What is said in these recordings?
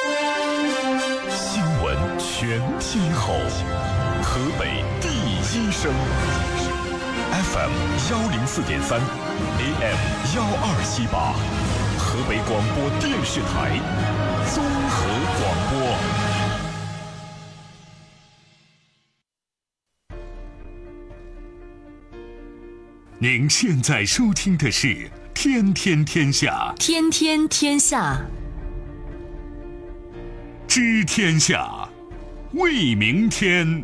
新闻全天候，河北第一声 ，FM 104.3 ，AM 1278，河北广播电视台综合广播。您现在收听的是《天天天下》， 天天天下， 知天下，为明天。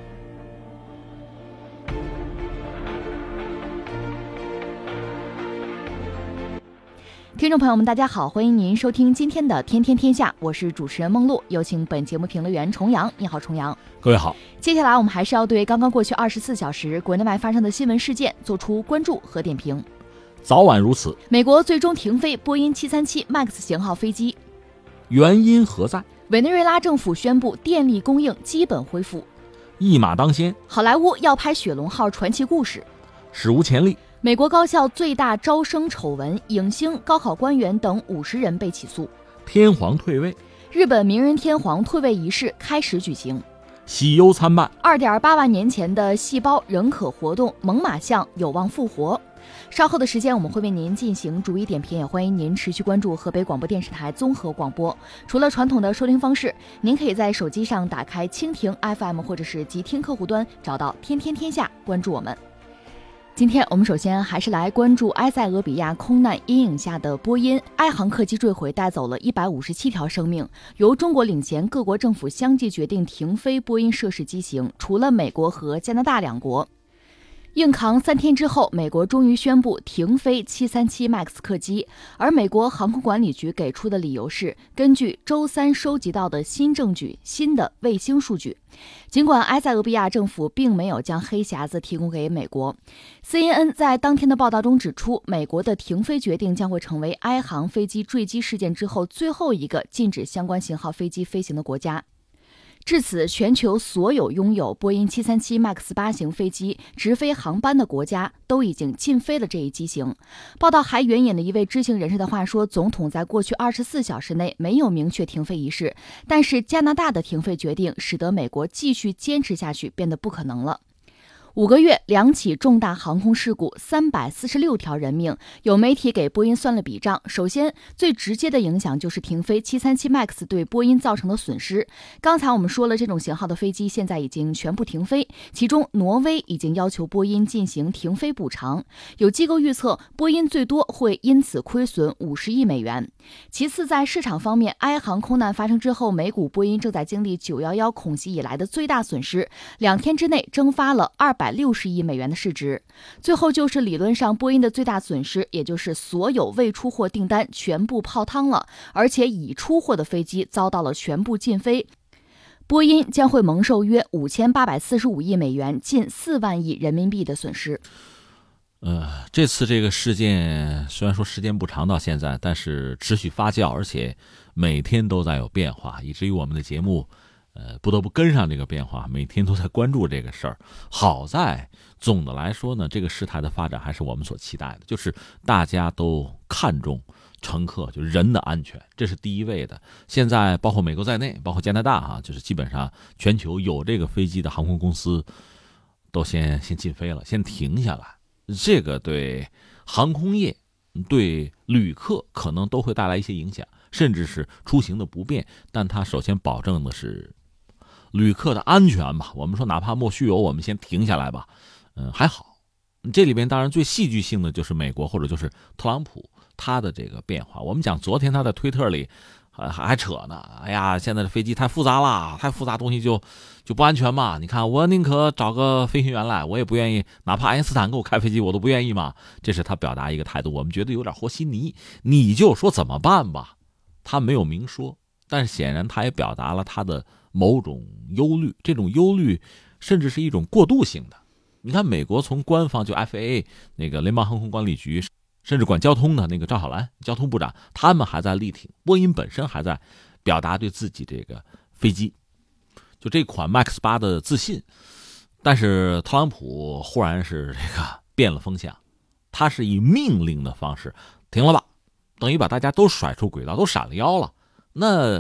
听众朋友们，大家好，欢迎您收听今天的《天天天下》，我是主持人梦露，有请本节目评论员重阳。你好，重阳。 各位好。 接下来我们还是要对刚刚过去24小时国内外发生的新闻事件做出关注和点评。 早晚如此。 美国最终停飞波音737 MAX 型号飞机， 原因何在？ 委内瑞拉政府宣布电力供应基本恢复。 一马当先。 好莱坞要拍雪龙号传奇故事。 史无前例。 美国高校最大招生丑闻，影星、高考官员等50人被起诉。 天皇退位。 日本明仁天皇退位仪式开始举行。 喜忧参半。 2.8万年前的细胞仍可活动，猛犸象有望复活。稍后的时间我们会为您进行逐一点评，也欢迎您持续关注河北广播电视台综合广播。除了传统的收听方式，您可以在手机上打开蜻蜓 FM 或者是极听客户端，找到天天天下，关注我们。今天我们首先还是来关注埃塞俄比亚空难阴影下的波音。埃航客机坠毁带走了157条生命，由中国领衔，各国政府相继决定停飞波音涉事机型，除了美国和加拿大两国。硬扛3天之后，美国终于宣布停飞737 MAX 客机，而美国航空管理局给出的理由是根据周三收集到的新证据、新的卫星数据。尽管埃塞俄比亚政府并没有将黑匣子提供给美国， CNN 在当天的报道中指出，美国的停飞决定将会成为埃航飞机坠机事件之后最后一个禁止相关型号飞机飞行的国家。至此，全球所有拥有波音737 MAX 8型飞机直飞航班的国家都已经禁飞了这一机型。报道还援引了一位知情人士的话说，总统在过去24小时内没有明确停飞仪式，但是加拿大的停飞决定使得美国继续坚持下去变得不可能了。5个月，2起重大航空事故，346条人命。有媒体给波音算了笔账，首先最直接的影响就是停飞737 MAX 对波音造成的损失。刚才我们说了，这种型号的飞机现在已经全部停飞，其中挪威已经要求波音进行停飞补偿。有机构预测，波音最多会因此亏损50亿美元。其次，在市场方面，埃航空难发生之后，美股波音正在经历911恐袭以来的最大损失，2天之内蒸发了260亿美元的市值。最后就是理论上波音的最大损失，也就是所有未出货订单全部泡汤了，而且已出货的飞机遭到了全部禁飞。波音将会蒙受约5845亿美元，近4万亿人民币的损失。 这次这个事件虽然说时间不长到现在，但是持续发酵，而且每天都在有变化，以至于我们的节目不得不跟上这个变化，每天都在关注这个事儿。好在总的来说呢，这个事态的发展还是我们所期待的，就是大家都看重乘客，就是人的安全，这是第一位的。现在包括美国在内，包括加拿大就是基本上全球有这个飞机的航空公司都先禁飞了，先停下来。这个对航空业、对旅客可能都会带来一些影响，甚至是出行的不便，但它首先保证的是旅客的安全吧。我们说哪怕莫须有，我们先停下来吧。还好。这里边当然最戏剧性的就是美国或者就是特朗普他的这个变化。我们讲昨天他在推特里还扯呢，哎呀，现在的飞机太复杂了，太复杂东西就不安全嘛。你看，我宁可找个飞行员来，我也不愿意，哪怕爱因斯坦给我开飞机，我都不愿意嘛。这是他表达一个态度，我们觉得有点和稀泥。你就说怎么办吧，他没有明说，但是显然他也表达了他的某种忧虑，这种忧虑甚至是一种过渡性的。你看，美国从官方就 FAA 那个联邦航空管理局，甚至管交通的那个赵小兰交通部长，他们还在力挺，波音本身还在表达对自己这个飞机就这款 MAX 8的自信。但是特朗普忽然是这个变了风向，他是以命令的方式停了吧，等于把大家都甩出轨道，都闪了腰了。那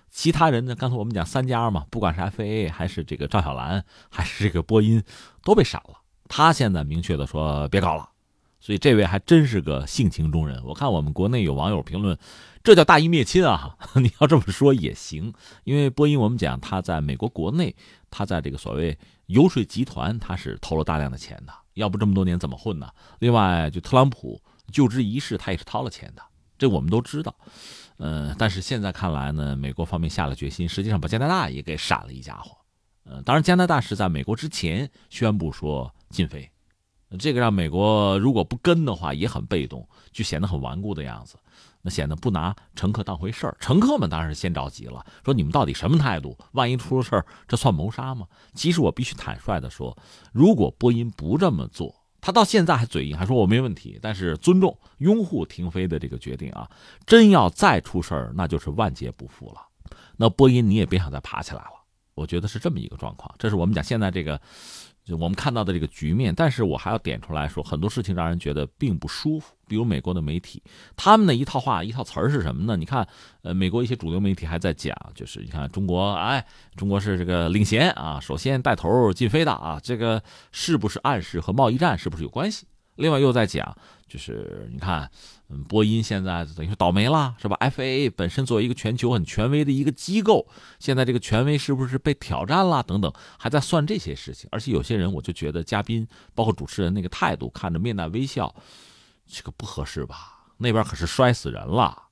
其他人呢，刚才我们讲3家嘛，不管是 FAA 还是这个赵小兰，还是这个波音，都被闪了。他现在明确的说别搞了，所以这位还真是个性情中人。我看我们国内有网友评论，这叫大义灭亲啊！你要这么说也行，因为波音我们讲他在美国国内，他在这个所谓游说集团，他是投了大量的钱的，要不这么多年怎么混呢？另外，就特朗普就职仪式，他也是掏了钱的，这我们都知道。但是现在看来呢，美国方面下了决心，实际上把加拿大也给闪了一家伙。当然加拿大是在美国之前宣布说禁飞，这个让美国如果不跟的话也很被动，就显得很顽固的样子，那显得不拿乘客当回事儿。乘客们当然是先着急了，说你们到底什么态度？万一出了事儿，这算谋杀吗？其实我必须坦率的说，如果波音不这么做，他到现在还嘴硬，还说我没问题，但是尊重拥护停飞的这个决定啊，真要再出事儿，那就是万劫不复了。那波音你也别想再爬起来了。我觉得是这么一个状况，这是我们讲现在这个就我们看到的这个局面。但是我还要点出来说，很多事情让人觉得并不舒服。比如美国的媒体，他们的一套话一套词儿是什么呢？你看美国一些主流媒体还在讲，就是你看中国中国是这个领衔啊，首先带头禁飞的啊，这个是不是暗示和贸易战是不是有关系？另外又在讲，就是你看波音现在等于说倒霉了，是吧？ FAA 本身作为一个全球很权威的一个机构，现在这个权威是不是被挑战了等等，还在算这些事情。而且有些人我就觉得嘉宾包括主持人那个态度，看着面带微笑，这个不合适吧？那边可是摔死人了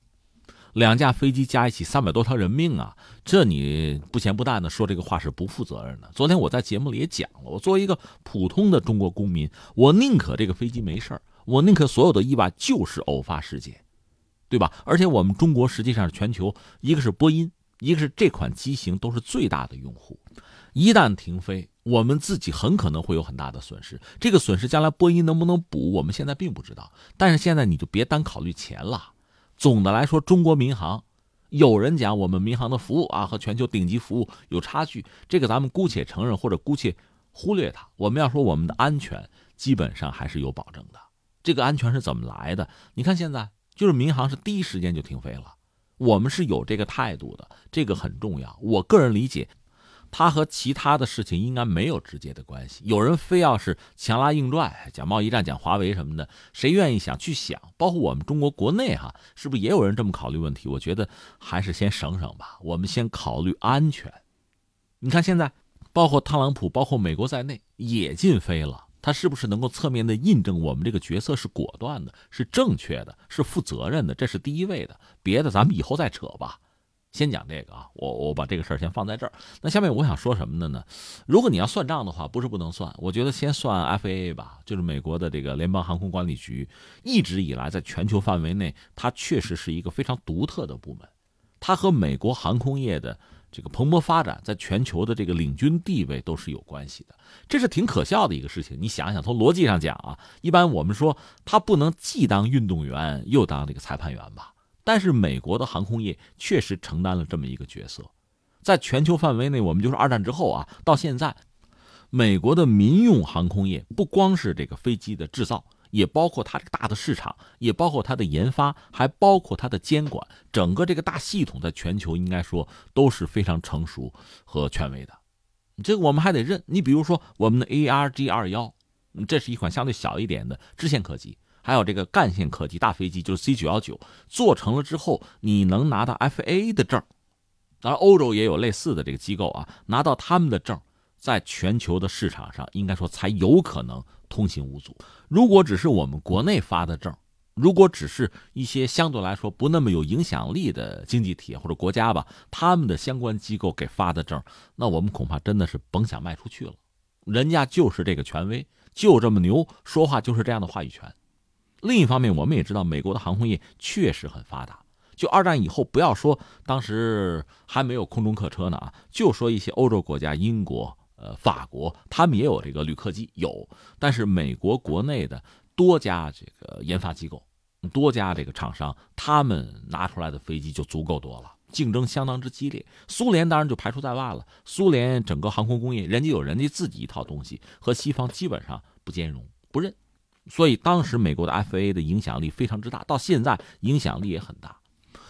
，2架飞机加一起300多条人命啊！这你不咸不淡的说这个话是不负责任的。昨天我在节目里也讲了，我作为一个普通的中国公民，我宁可这个飞机没事，我宁可所有的意外就是偶发事件，对吧？而且我们中国实际上是全球，一个是波音，一个是这款机型都是最大的用户。一旦停飞，我们自己很可能会有很大的损失。这个损失将来波音能不能补，我们现在并不知道。但是现在你就别单考虑钱了。总的来说，中国民航，有人讲我们民航的服务啊和全球顶级服务有差距，这个咱们姑且承认或者姑且忽略它。我们要说我们的安全基本上还是有保证的。这个安全是怎么来的？你看现在就是民航是第一时间就停飞了，我们是有这个态度的，这个很重要。我个人理解，它和其他的事情应该没有直接的关系。有人非要是强拉硬拽，讲贸易战，讲华为什么的，谁愿意想去想？包括我们中国国内是不是也有人这么考虑问题？我觉得还是先省省吧，我们先考虑安全。你看现在，包括特朗普，包括美国在内也禁飞了，他是不是能够侧面的印证我们这个决策是果断的，是正确的，是负责任的？这是第一位的，别的咱们以后再扯吧。先讲这个啊，我把这个事儿先放在这儿。那下面我想说什么呢？如果你要算账的话，不是不能算，我觉得先算 FAA 吧，就是美国的这个联邦航空管理局，一直以来在全球范围内，它确实是一个非常独特的部门，它和美国航空业的这个蓬勃发展，在全球的这个领军地位都是有关系的。这是挺可笑的一个事情。你想想，从逻辑上讲啊，一般我们说它不能既当运动员又当这个裁判员吧？但是美国的航空业确实承担了这么一个角色，在全球范围内，我们就是2战之后到现在，美国的民用航空业不光是这个飞机的制造，也包括它这个大的市场，也包括它的研发，还包括它的监管，整个这个大系统在全球应该说都是非常成熟和权威的。这个我们还得认。你比如说我们的 ARJ21，这是一款相对小一点的支线客机。还有这个干线客机大飞机，就是 C919， 做成了之后，你能拿到 FAA 的证，当然欧洲也有类似的这个机构拿到他们的证，在全球的市场上应该说才有可能通行无阻。如果只是我们国内发的证，如果只是一些相对来说不那么有影响力的经济体或者国家吧，他们的相关机构给发的证，那我们恐怕真的是甭想卖出去了。人家就是这个权威，就这么牛，说话就是这样的话语权。另一方面，我们也知道美国的航空业确实很发达。就2战以后，不要说当时还没有空中客车呢就说一些欧洲国家，英国、法国，他们也有这个旅客机，有。但是美国国内的多家这个研发机构，多家这个厂商，他们拿出来的飞机就足够多了，竞争相当之激烈。苏联当然就排除在外了，苏联整个航空工业，人家有人家自己一套东西，和西方基本上不兼容，不认。所以当时美国的 FAA 的影响力非常之大，到现在影响力也很大。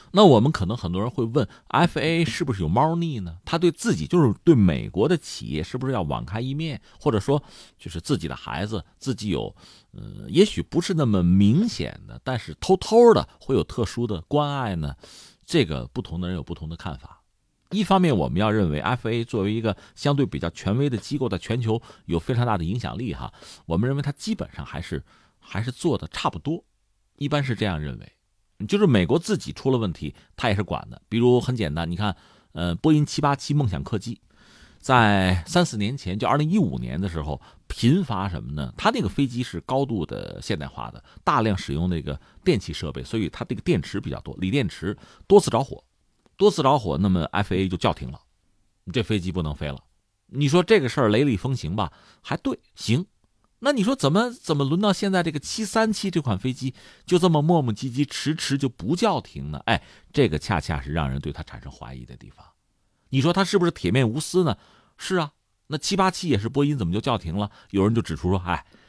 那我们可能很多人会问 FAA 是不是有猫腻呢？他对自己就是对美国的企业是不是要网开一面，或者说就是自己的孩子自己有也许不是那么明显的，但是偷偷的会有特殊的关爱呢？这个不同的人有不同的看法。一方面我们要认为 FAA 作为一个相对比较权威的机构，在全球有非常大的影响力哈，我们认为它基本上还是做的差不多，一般是这样认为。就是美国自己出了问题，他也是管的。比如很简单，你看，波音787梦想客机，在3-4年前，就2015年的时候，频发什么呢？它那个飞机是高度的现代化的，大量使用那个电气设备，所以它这个电池比较多，锂电池多次着火，那么 FAA 就叫停了，这飞机不能飞了。你说这个事儿雷厉风行吧？还对，行。那你说怎么轮到现在这个737这款飞机就这么磨磨唧唧迟就不叫停呢？哎，这个恰恰是让人对它产生怀疑的地方。你说它是不是铁面无私呢？是啊，那787也是波音，怎么就叫停了？有人就指出说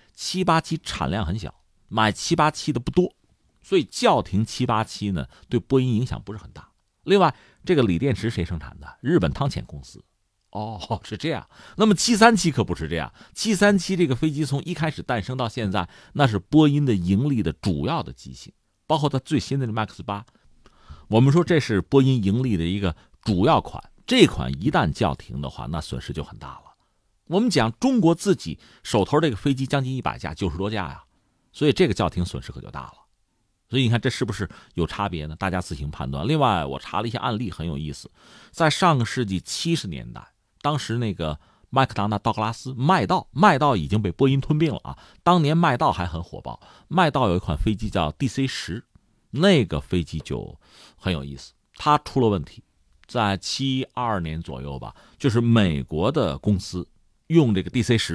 ，787产量很小，买787的不多，所以叫停787呢对波音影响不是很大。另外，这个锂电池谁生产的？日本汤浅公司。哦，是这样。那么737可不是这样。737这个飞机从一开始诞生到现在，那是波音的盈利的主要的机型，包括它最新的MAX 8。我们说这是波音盈利的一个主要款，这款一旦叫停的话，那损失就很大了。我们讲中国自己手头这个飞机将近100架，90多架呀，所以这个叫停损失可就大了。所以你看这是不是有差别呢？大家自行判断。另外我查了一些案例很有意思，在上个世纪70年代，当时那个麦克唐纳道格拉斯麦道已经被波音吞并了啊。当年麦道还很火爆，麦道有一款飞机叫 DC-10， 那个飞机就很有意思，它出了问题，在72年左右吧，就是美国的公司用这个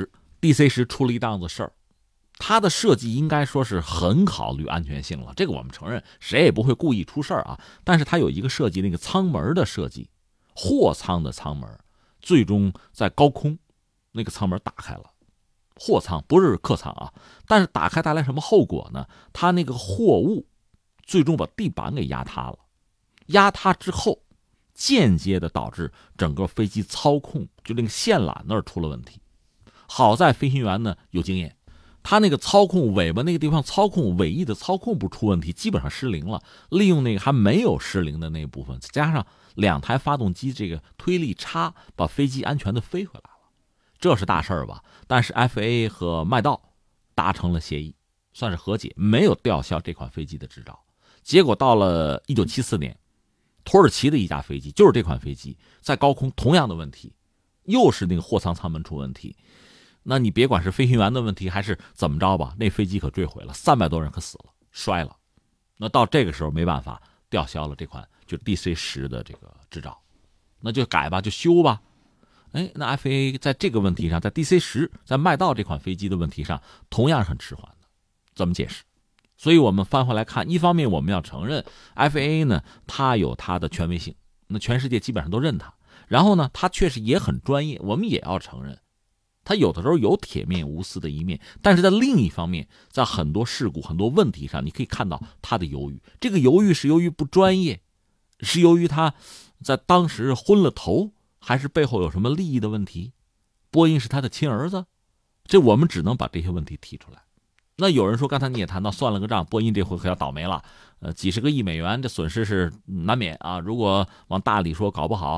DC-10 出了一档子事儿。它的设计应该说是很考虑安全性了，这个我们承认，谁也不会故意出事儿啊。但是它有一个设计，那个舱门的设计，货舱的舱门，最终在高空那个舱门打开了，货舱不是客舱啊。但是打开带来什么后果呢？它那个货物最终把地板给压塌了，压塌之后间接的导致整个飞机操控，就那个线缆那儿出了问题。好在飞行员呢有经验，他那个操控尾巴那个地方操控尾翼的操控不出问题，基本上失灵了。利用那个还没有失灵的那部分，加上2台发动机这个推力差，把飞机安全的飞回来了，这是大事儿吧？但是 FAA 和麦道达成了协议，算是和解，没有吊销这款飞机的执照。结果到了1974年，土耳其的一架飞机，就是这款飞机在高空同样的问题，又是那个货舱舱门出问题。那你别管是飞行员的问题还是怎么着吧，那飞机可坠毁了，300多人可死了，摔了。那到这个时候没办法，吊销了这款就 DC-10的这个执照，那就改吧，就修吧。那 FAA 在这个问题上，在 DC-10 在麦道这款飞机的问题上同样是很迟缓的，怎么解释？所以我们翻回来看，一方面我们要承认 FAA 呢，它有它的权威性，那全世界基本上都认它。然后呢，它确实也很专业，我们也要承认它有的时候有铁面无私的一面，但是在另一方面，在很多事故很多问题上，你可以看到它的犹豫。这个犹豫是由于不专业，是由于他在当时昏了头，还是背后有什么利益的问题？波音是他的亲儿子，这我们只能把这些问题提出来。那有人说，刚才你也谈到，算了个账，波音这回可要倒霉了，几十个亿美元，这损失是难免啊。如果往大里说，搞不好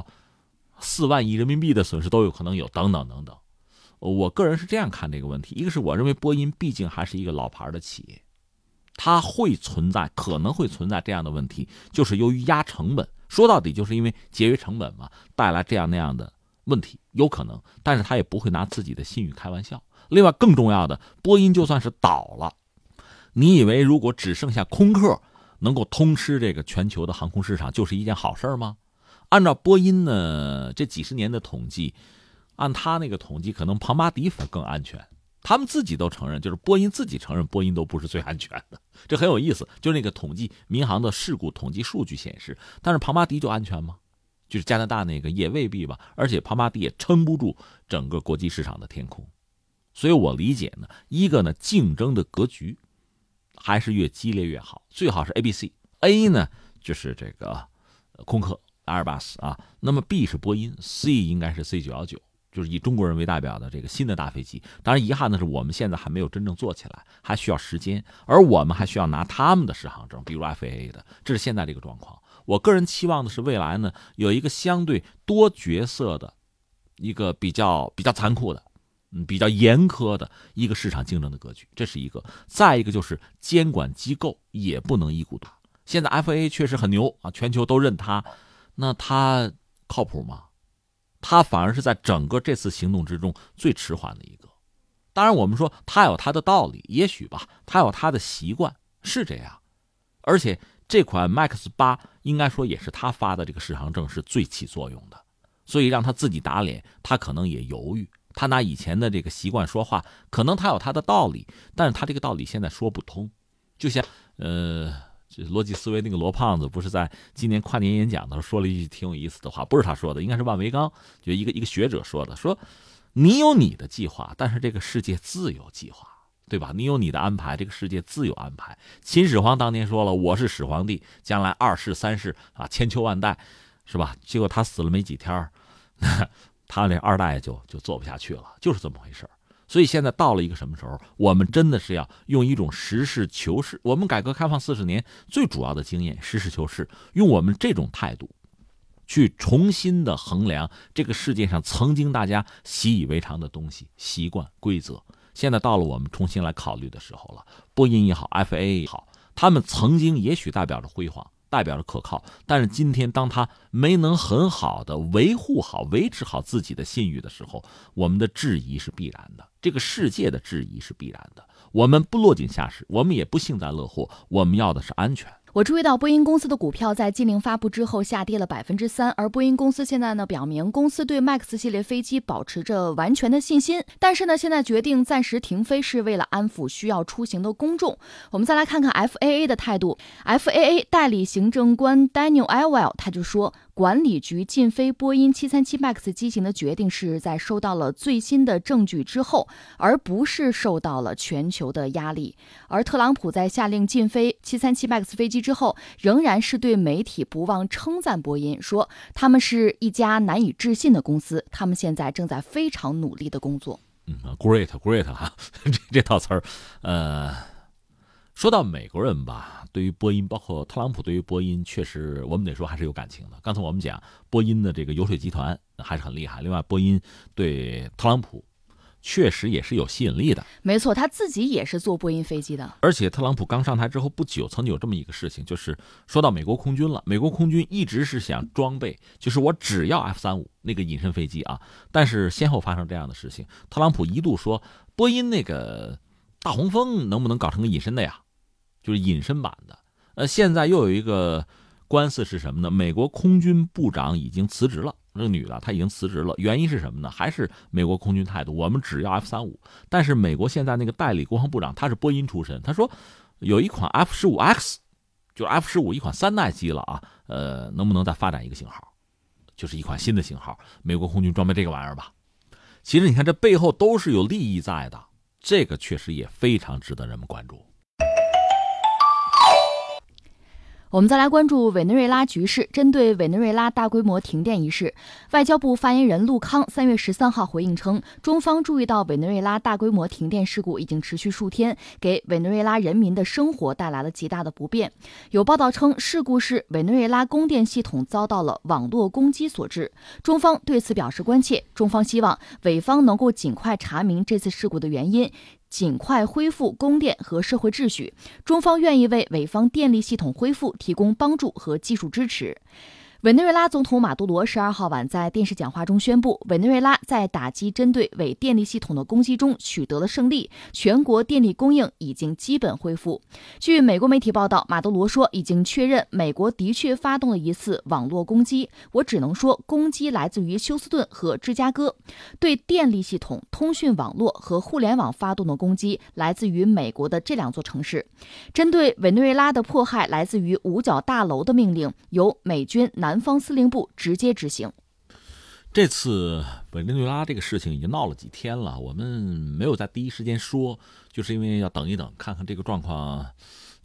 4万亿人民币的损失都有可能有，等等等等。我个人是这样看这个问题，一个是我认为波音毕竟还是一个老牌的企业，它可能会存在这样的问题，就是由于压成本，说到底就是因为节约成本嘛，带来这样那样的问题，有可能，但是它也不会拿自己的信誉开玩笑。另外更重要的，波音就算是倒了，你以为如果只剩下空客能够通吃这个全球的航空市场就是一件好事吗？按照波音呢这几十年的统计，按他那个统计，可能庞巴迪更安全。他们自己都承认，就是波音自己承认，波音都不是最安全的，这很有意思。就是那个统计，民航的事故统计数据显示，但是庞巴迪就安全吗？就是加拿大那个也未必吧。而且庞巴迪也撑不住整个国际市场的天空。所以我理解呢，一个呢，竞争的格局还是越激烈越好，最好是 ABC。A 呢， 就是这个空客阿尔巴斯啊。那么 B 是波音 ，C 应该是 C919，就是以中国人为代表的这个新的大飞机。当然遗憾的是，我们现在还没有真正做起来，还需要时间，而我们还需要拿他们的适航证，比如 FAA 的，这是现在这个状况。我个人期望的是未来呢，有一个相对多角色的一个比较残酷的比较严苛的一个市场竞争的格局，这是一个。再一个就是监管机构也不能一股独。现在 FAA 确实很牛啊，全球都认它，那它靠谱吗？它反而是在整个这次行动之中最迟缓的一个。当然我们说它有它的道理，也许吧，它有它的习惯，是这样。而且这款 MAX 8应该说也是他发的这个适航证是最起作用的，所以让他自己打脸，他可能也犹豫。他拿以前的这个习惯说话，可能他有他的道理，但是他这个道理现在说不通。就像逻辑思维那个罗胖子不是在今年跨年演讲的时候说了一句挺有意思的话，不是他说的，应该是万维钢，就一个学者说的，说你有你的计划，但是这个世界自有计划，对吧？你有你的安排，这个世界自有安排。秦始皇当年说了，我是始皇帝，将来二世三世啊，千秋万代，是吧？结果他死了没几天，他那二代就做不下去了，就是这么回事。所以现在到了一个什么时候，我们真的是要用一种实事求是，我们改革开放40年最主要的经验，实事求是，用我们这种态度去重新的衡量这个世界上曾经大家习以为常的东西、习惯、规则。现在到了我们重新来考虑的时候了。波音也好 ，FAA 也好，他们曾经也许代表着辉煌，代表着可靠，但是今天当他没能很好的维护好、维持好自己的信誉的时候，我们的质疑是必然的，这个世界的质疑是必然的。我们不落井下石，我们也不幸灾乐祸，我们要的是安全。 我注意到波音公司的股票在禁令发布之后下跌了3%，而波音公司现在呢表明，公司对 MAX 系列飞机保持着完全的信心，但是呢现在决定暂时停飞是为了安抚需要出行的公众。我们再来看看 FAA 的态度。 FAA 代理行政官 Daniel Elwell 他就说，管理局禁飞波音737 MAX 机型的决定是在收到了最新的证据之后，而不是受到了全球的压力。而特朗普在下令禁飞737 MAX 飞机之后，仍然是对媒体不忘称赞波音，说他们是一家难以置信的公司，他们现在正在非常努力的工作。 great 哈，这套词儿，说到美国人吧，对于波音，包括特朗普对于波音，确实我们得说还是有感情的。刚才我们讲波音的这个油水集团还是很厉害，另外波音对特朗普确实也是有吸引力的。 没错，他自己也是做波音飞机的。 而且特朗普刚上台之后不久，曾经有这么一个事情，就是说到美国空军了。美国空军一直是想装备，就是我只要 F-35那个隐身飞机啊，但是先后发生这样的事情。特朗普一度说，波音那个大黄蜂能不能搞成个隐身的呀？就是隐身版的。现在又有一个官司是什么呢？美国空军部长已经辞职了。这个女的她已经辞职了，原因是什么呢？还是美国空军态度，我们只要 F-35。但是美国现在那个代理国防部长他是波音出身，他说有一款 F-15X， 就是 F-15一款3代机了啊，能不能再发展一个型号，就是一款新的型号，美国空军装备这个玩意儿吧。其实你看这背后都是有利益在的，这个确实也非常值得人们关注。 我们再来关注委内瑞拉局势。针对委内瑞拉大规模停电一事，外交部发言人陆康3月13号回应称，中方注意到委内瑞拉大规模停电事故已经持续数天，给委内瑞拉人民的生活带来了极大的不便。有报道称，事故是委内瑞拉供电系统遭到了网络攻击所致。中方对此表示关切，中方希望委方能够尽快查明这次事故的原因，尽快恢复供电和社会秩序。中方愿意为委方电力系统恢复提供帮助和技术支持。委内瑞拉总统马杜罗12号晚在电视讲话中宣布，委内瑞拉在打击针对委电力系统的攻击中取得了胜利，全国电力供应已经基本恢复。据美国媒体报道，马杜罗说已经确认美国的确发动了一次网络攻击，我只能说攻击来自于休斯顿和芝加哥。对电力系统、通讯网络和互联网发动的攻击来自于美国的这2座城市。针对委内瑞拉的迫害来自于五角大楼的命令，由美军南方司令部直接执行。 这次委内瑞拉这个事情已经闹了几天了，我们没有在第一时间说，就是因为要等一等，看看这个状况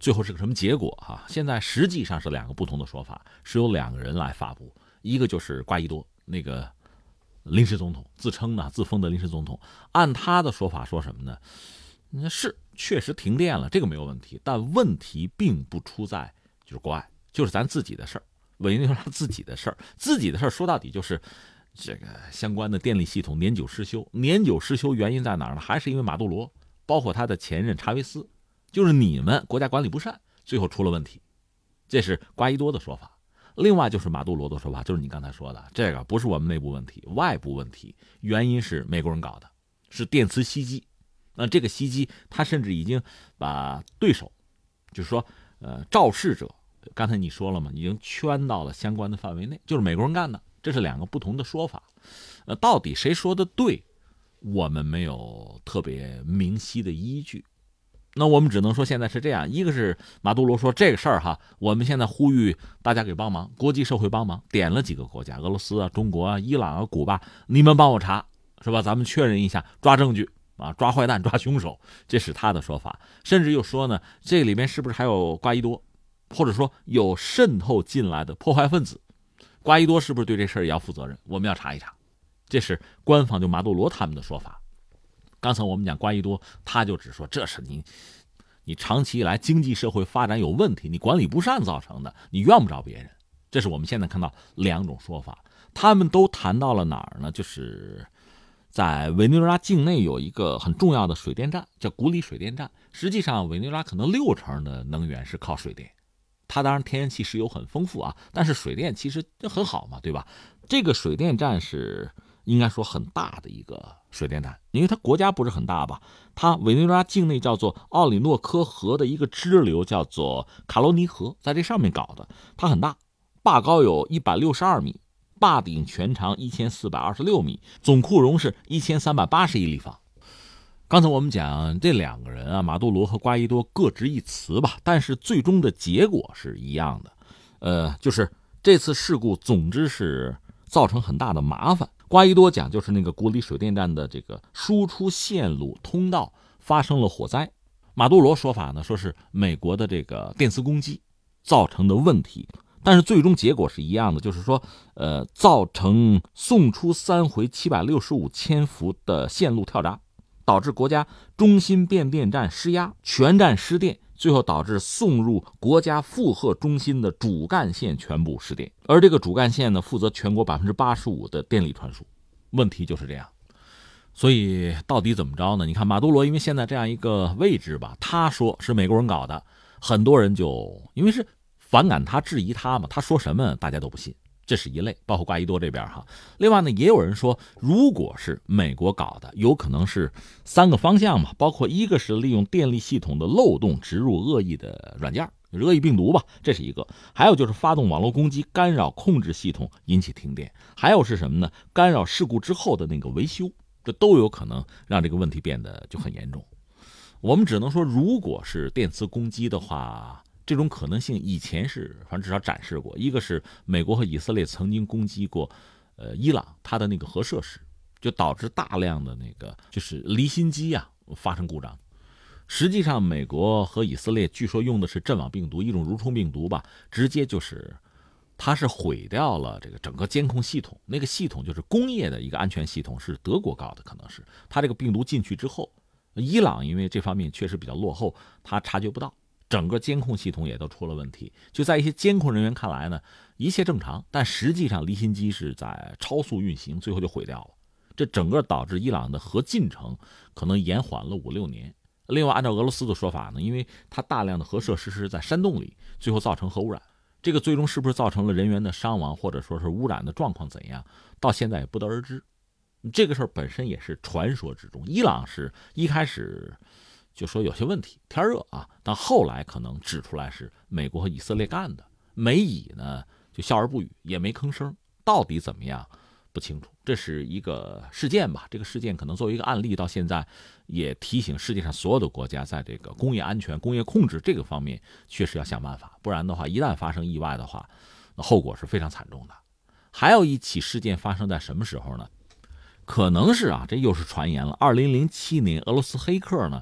最后是个什么结果哈？现在实际上是两个不同的说法，是由两个人来发布，一个就是瓜伊多那个临时总统，自称呢自封的临时总统，按他的说法说什么呢？那是确实停电了，这个没有问题，但问题并不出在就是国外，就是咱自己的事儿，委内瑞拉自己的事儿，自己的事儿说到底就是这个相关的电力系统年久失修，年久失修原因在哪儿呢？还是因为马杜罗，包括他的前任查韦斯，就是你们国家管理不善，最后出了问题，这是瓜伊多的说法。另外就是马杜罗的说法，就是你刚才说的，这个不是我们内部问题，外部问题，原因是美国人搞的，是电磁袭击。那这个袭击，他甚至已经把对手，就是说，肇事者，刚才你说了嘛，已经圈到了相关的范围内，就是美国人干的，这是两个不同的说法。到底谁说的对，我们没有特别明晰的依据。那我们只能说现在是这样，一个是马杜罗说这个事儿哈，我们现在呼吁大家给帮忙，国际社会帮忙，点了几个国家，俄罗斯啊、中国啊、伊朗啊、古巴，你们帮我查，是吧？咱们确认一下，抓证据啊，抓坏蛋，抓凶手，这是他的说法。甚至又说呢，这里面是不是还有瓜伊多，或者说有渗透进来的破坏分子？瓜伊多是不是对这事儿也要负责任？我们要查一查。这是官方就马杜罗他们的说法。刚才我们讲瓜伊多，他就只说这是你长期以来经济社会发展有问题，你管理不善造成的，你怨不着别人。这是我们现在看到两种说法，他们都谈到了哪儿呢？就是在委内瑞拉境内有一个很重要的水电站，叫古里水电站。实际上，委内瑞拉可能60%的能源是靠水电，它当然天然气石油很丰富啊，但是水电其实很好嘛，对吧？这个水电站是应该说很大的一个水电站，因为它国家不是很大吧？它委内瑞拉境内叫做奥里诺科河的一个支流叫做卡罗尼河，在这上面搞的，它很大，坝高有162米，坝顶全长1426米，总库容是1380亿立方。刚才我们讲这两个人啊，马杜罗和瓜伊多各执一词吧，但是最终的结果是一样的，就是这次事故总之是造成很大的麻烦。瓜伊多讲就是那个古里水电站的这个输出线路通道发生了火灾，马杜罗说法呢，说是美国的这个电磁攻击造成的问题，但是最终结果是一样的，就是说造成送出3回765千伏的线路跳闸，导致国家中心变电站失压，全站失电，最后导致送入国家负荷中心的主干线全部失电，而这个主干线呢，负责全国85%的电力传输。问题就是这样，所以到底怎么着呢？你看马杜罗因为现在这样一个位置吧，他说是美国人搞的，很多人就因为是反感他、质疑他嘛，他说什么大家都不信。这是一类，包括瓜伊多这边哈。另外呢，也有人说，如果是美国搞的，有可能是3个方向嘛，包括一个是利用电力系统的漏洞植入恶意的软件，恶意病毒吧，这是一个；还有就是发动网络攻击，干扰控制系统，引起停电；还有是什么呢？干扰事故之后的那个维修，这都有可能让这个问题变得就很严重。我们只能说，如果是电磁攻击的话，这种可能性以前是反正至少展示过，一个是美国和以色列曾经攻击过伊朗它的那个核设施，就导致大量的那个就是离心机啊发生故障。实际上美国和以色列据说用的是阵网病毒，一种蠕虫病毒吧，直接就是它是毁掉了这个整个监控系统，那个系统就是工业的一个安全系统，是德国搞的，可能是它这个病毒进去之后，伊朗因为这方面确实比较落后，它察觉不到，整个监控系统也都出了问题。就在一些监控人员看来呢，一切正常，但实际上离心机是在超速运行，最后就毁掉了。这整个导致伊朗的核进程可能延缓了5-6年。另外，按照俄罗斯的说法呢，因为它大量的核设施是在山洞里，最后造成核污染。这个最终是不是造成了人员的伤亡，或者说是污染的状况怎样，到现在也不得而知。这个事儿本身也是传说之中。伊朗是一开始就说有些问题，天热啊，但后来可能指出来是美国和以色列干的。美以呢就笑而不语，也没吭声，到底怎么样不清楚。这是一个事件吧，这个事件可能作为一个案例，到现在也提醒世界上所有的国家，在这个工业安全、工业控制这个方面确实要想办法，不然的话，一旦发生意外的话，那后果是非常惨重的。还有一起事件发生在什么时候呢？可能是这又是传言了。2007年，俄罗斯黑客呢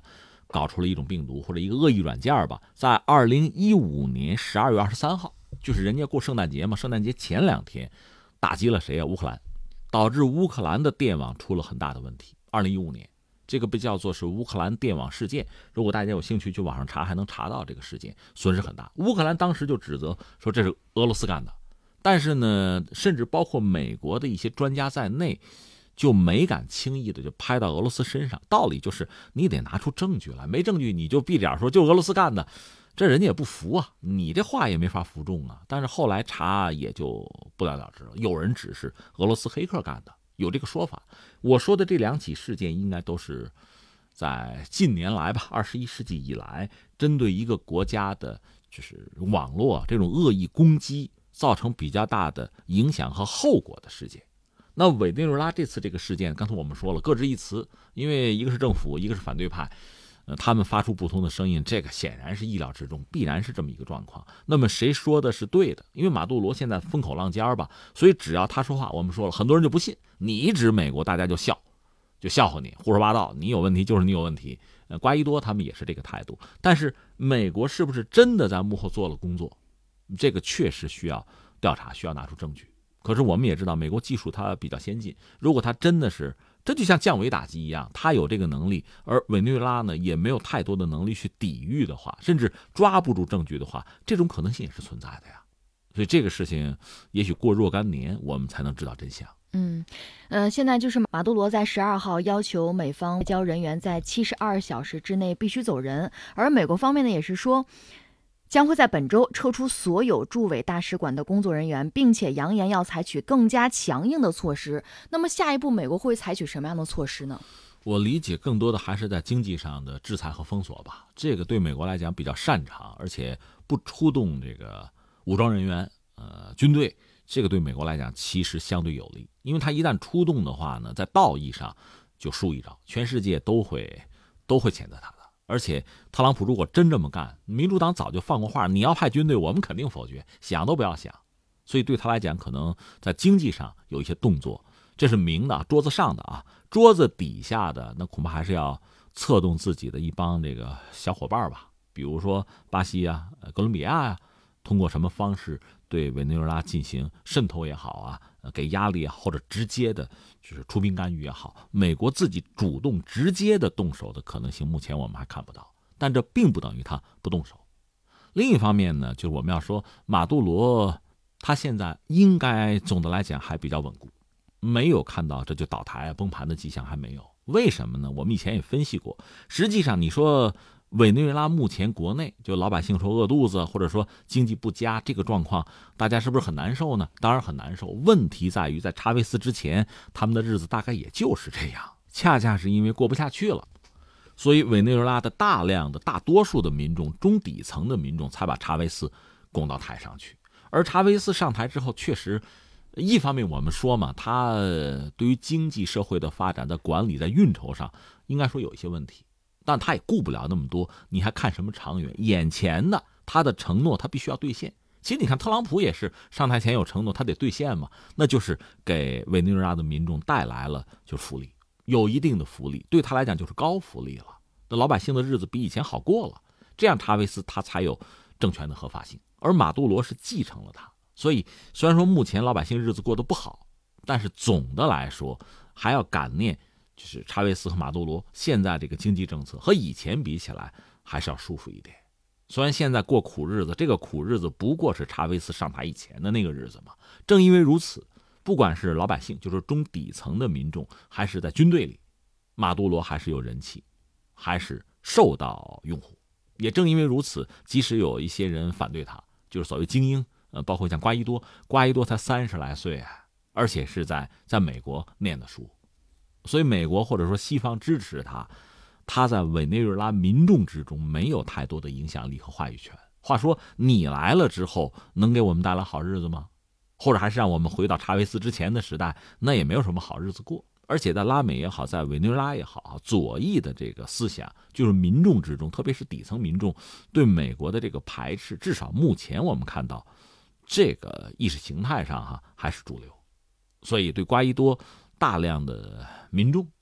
搞出了一种病毒或者一个恶意软件吧，在2015年12月23号，就是人家过圣诞节嘛，圣诞节前2天打击了谁啊？乌克兰，导致乌克兰的电网出了很大的问题。2015年，这个被叫做是乌克兰电网事件。如果大家有兴趣去网上查，还能查到这个事件，损失很大。乌克兰当时就指责说这是俄罗斯干的，但是呢，甚至包括美国的一些专家在内，就没敢轻易的就拍到俄罗斯身上。道理就是你得拿出证据来，没证据你就闭着眼说就俄罗斯干的，这人家也不服啊，你这话也没法服众啊。但是后来查也就不了了之了，有人指是俄罗斯黑客干的，有这个说法。我说的这2起事件应该都是在近年来吧，21世纪以来，针对一个国家的就是网络这种恶意攻击造成比较大的影响和后果的事件。那委内瑞拉这次这个事件，刚才我们说了各执一词，因为一个是政府，一个是反对派，他们发出不同的声音，这个显然是意料之中，必然是这么一个状况。那么谁说的是对的？因为马杜罗现在风口浪尖吧，所以只要他说话，我们说了，很多人就不信。你一指美国，大家就笑话你，胡说八道，你有问题就是你有问题。瓜伊多他们也是这个态度。但是美国是不是真的在幕后做了工作？这个确实需要调查，需要拿出证据。可是我们也知道，美国技术它比较先进，如果它真的是，这就像降维打击一样，它有这个能力，而委内瑞拉呢也没有太多的能力去抵御的话，甚至抓不住证据的话，这种可能性也是存在的呀。所以这个事情也许过若干年我们才能知道真相。 现在就是马杜罗在12号要求美方外交人员在72小时之内必须走人，而美国方面呢也是说，将会在本周撤出所有驻委大使馆的工作人员，并且扬言要采取更加强硬的措施。那么下一步美国会采取什么样的措施呢？ 我理解更多的还是在经济上的制裁和封锁吧，这个对美国来讲比较擅长，而且不出动这个武装人员、军队，这个对美国来讲其实相对有利，因为他一旦出动的话呢，在道义上就输一招，全世界都会谴责他的。而且特朗普如果真这么干，民主党早就放过话，你要派军队，我们肯定否决，想都不要想。所以对他来讲，可能在经济上有一些动作，这是明的，桌子上的啊，桌子底下的那恐怕还是要策动自己的一帮这个小伙伴吧，比如说巴西啊、哥伦比亚啊，通过什么方式对委内瑞拉进行渗透也好啊，给压力啊，或者直接的就是出兵干预也好，美国自己主动直接的动手的可能性，目前我们还看不到，但这并不等于他不动手。另一方面呢，就是我们要说马杜罗他现在应该总的来讲还比较稳固，没有看到这就倒台崩盘的迹象，还没有。为什么呢？我们以前也分析过，实际上你说委内瑞拉目前国内就老百姓说饿肚子，或者说经济不佳，这个状况大家是不是很难受呢？当然很难受。问题在于在查韦斯之前，他们的日子大概也就是这样，恰恰是因为过不下去了，所以委内瑞拉的大多数的民众，中底层的民众才把查韦斯拱到台上去。而查韦斯上台之后，确实一方面我们说嘛，他对于经济社会的发展的管理，在运筹上应该说有一些问题，但他也顾不了那么多，你还看什么长远？眼前的他的承诺他必须要兑现。其实你看特朗普也是上台前有承诺，他得兑现嘛，那就是给委内瑞拉的民众带来了就是福利，有一定的福利，对他来讲就是高福利了，那老百姓的日子比以前好过了，这样查韦斯他才有政权的合法性。而马杜罗是继承了他，所以虽然说目前老百姓日子过得不好，但是总的来说还要感念就是查韦斯和马杜罗现在这个经济政策和以前比起来还是要舒服一点。虽然现在过苦日子，这个苦日子不过是查韦斯上台以前的那个日子嘛。正因为如此，不管是老百姓，就是中底层的民众，还是在军队里，马杜罗还是有人气，还是受到拥护。也正因为如此，即使有一些人反对他，就是所谓精英，包括像瓜伊多才30来岁啊，而且是在美国念的书，所以美国或者说西方支持他，他在委内瑞拉民众之中没有太多的影响力和话语权。话说你来了之后，能给我们带来好日子吗？或者还是让我们回到查韦斯之前的时代，那也没有什么好日子过。而且在拉美也好，在委内瑞拉也好，左翼的这个思想，就是民众之中，特别是底层民众对美国的这个排斥，至少目前我们看到这个意识形态上还是主流。所以对瓜伊多大量的民众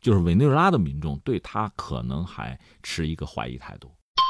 就是委内瑞拉的民众对他可能还持一个怀疑态度。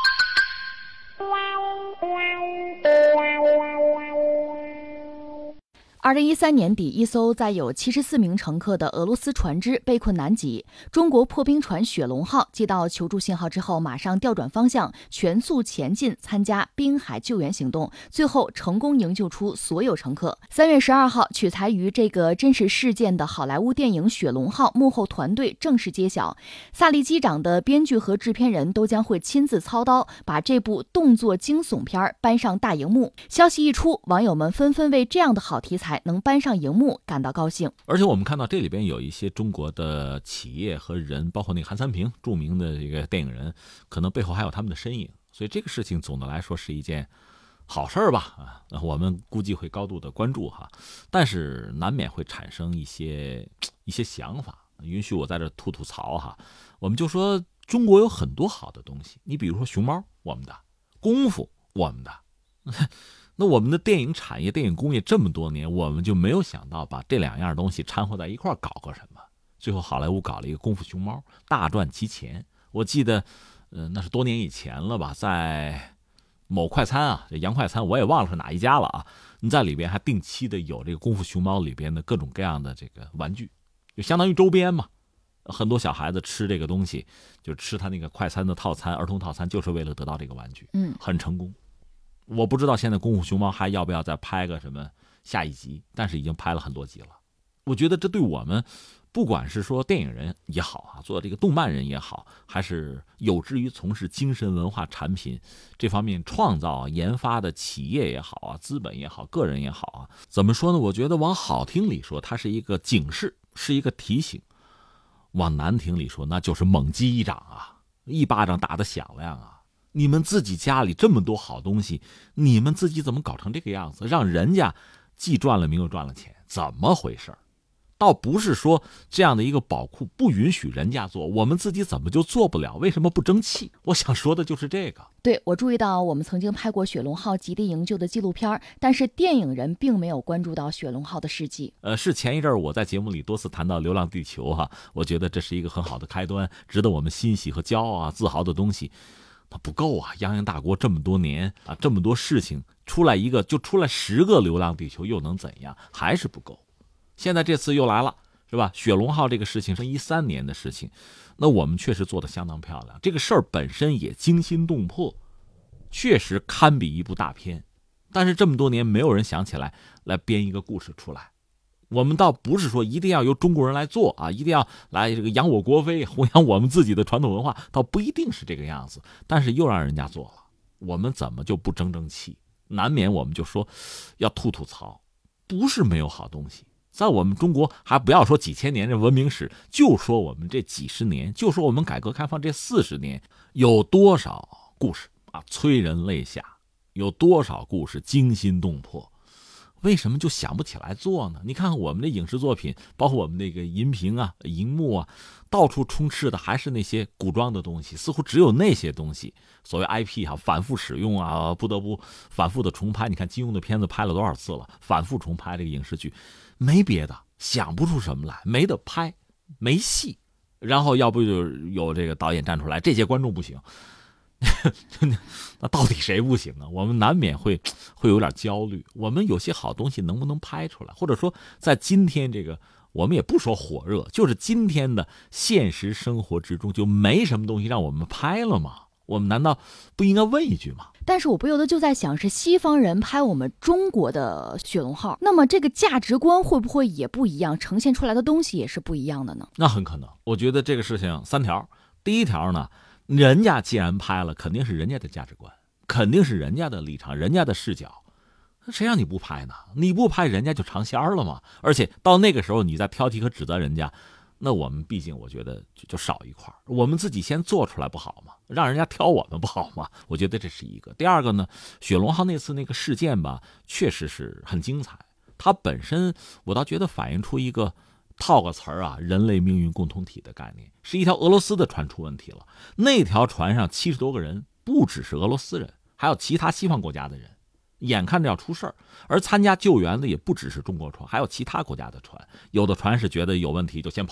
2013年底，一艘载有74名乘客的俄罗斯船只被困南极。中国破冰船雪龙号接到求助信号之后，马上调转方向，全速前进，参加滨海救援行动，最后成功营救出所有乘客。3月12号，取材于这个真实事件的好莱坞电影《雪龙号》幕后团队正式揭晓，萨利机长的编剧和制片人都将会亲自操刀，把这部动作惊悚片搬上大荧幕。消息一出，网友们纷纷为这样的好题材能搬上荧幕感到高兴。 而且我们看到这里边有一些中国的企业和人，包括那个韩三平，著名的这个电影人，可能背后还有他们的身影。所以这个事情总的来说是一件好事吧，我们估计会高度的关注哈。但是难免会产生一些想法，允许我在这吐吐槽哈。我们就说中国有很多好的东西，你比如说熊猫，我们的功夫，我们的那我们的电影产业、电影工业这么多年，我们就没有想到把这两样东西掺和在一块搞个什么。最后好莱坞搞了一个功夫熊猫，大赚其钱。我记得那是多年以前了吧，在某快餐啊，这洋快餐我也忘了是哪一家了啊。你在里边还定期的有这个功夫熊猫里边的各种各样的这个玩具，就相当于周边嘛。很多小孩子吃这个东西，就吃他那个快餐的套餐、儿童套餐，就是为了得到这个玩具，很成功。我不知道现在功夫熊猫还要不要再拍个什么下一集，但是已经拍了很多集了。我觉得这对我们不管是说电影人也好啊，做这个动漫人也好，还是有志于从事精神文化产品这方面创造研发的企业也好啊，资本也好，个人也好啊，怎么说呢？我觉得往好听里说，它是一个警示，是一个提醒；往难听里说，那就是猛击一掌啊，一巴掌打得响亮啊！你们自己家里这么多好东西，你们自己怎么搞成这个样子，让人家既赚了名又赚了钱，怎么回事？倒不是说这样的一个宝库不允许人家做，我们自己怎么就做不了？为什么不争气？我想说的就是这个。 对，我注意到我们曾经拍过雪龙号极地营救的纪录片，但是电影人并没有关注到雪龙号的事迹。 是前一阵我在节目里多次谈到《流浪地球》哈，我觉得这是一个很好的开端，值得我们欣喜和骄傲啊、自豪的东西。它不够啊！泱泱大国这么多年啊，这么多事情，出来一个就出来10个流浪地球，又能怎样？还是不够。现在这次又来了，是吧？雪龙号这个事情是13年的事情，那我们确实做得相当漂亮。这个事儿本身也惊心动魄，确实堪比一部大片。但是这么多年，没有人想起来编一个故事出来。我们倒不是说一定要由中国人来做啊，一定要来这个扬我国非，弘扬我们自己的传统文化，倒不一定是这个样子。但是又让人家做了，我们怎么就不争争气？难免我们就说要吐吐槽，不是没有好东西。在我们中国，还不要说几千年的文明史，就说我们这几十年，就说我们改革开放这40年，有多少故事啊催人泪下，有多少故事惊心动魄。为什么就想不起来做呢？你看看我们的影视作品，包括我们那个银屏啊、荧幕啊，到处充斥的还是那些古装的东西，似乎只有那些东西，所谓 IP 啊，反复使用啊，不得不反复的重拍。你看金庸的片子拍了多少次了，反复重拍这个影视剧，没别的，想不出什么来，没得拍，没戏。然后要不就有这个导演站出来，这些观众不行。那到底谁不行啊？我们难免会有点焦虑。我们有些好东西能不能拍出来？或者说，在今天这个，我们也不说火热，就是今天的现实生活之中，就没什么东西让我们拍了吗？我们难道不应该问一句吗？ 但是我不由得就在想，是西方人拍我们中国的雪龙号，那么这个价值观会不会也不一样，呈现出来的东西也是不一样的呢？ 那很可能。我觉得这个事情3条。第一条呢，人家既然拍了，肯定是人家的价值观，肯定是人家的立场，人家的视角。谁让你不拍呢？你不拍，人家就尝鲜了嘛。而且到那个时候，你再挑剔和指责人家，那我们毕竟我觉得就少一块。我们自己先做出来不好吗？让人家挑我们不好吗？我觉得这是一个。第二个呢，雪龙号那次那个事件吧，确实是很精彩。它本身我倒觉得反映出一个套个词儿啊，人类命运共同体的概念，是一条俄罗斯的船出问题了。那条船上70多个人，不只是俄罗斯人，还有其他西方国家的人，眼看着要出事儿。而参加救援的也不只是中国船，还有其他国家的船。有的船是觉得有问题就先跑，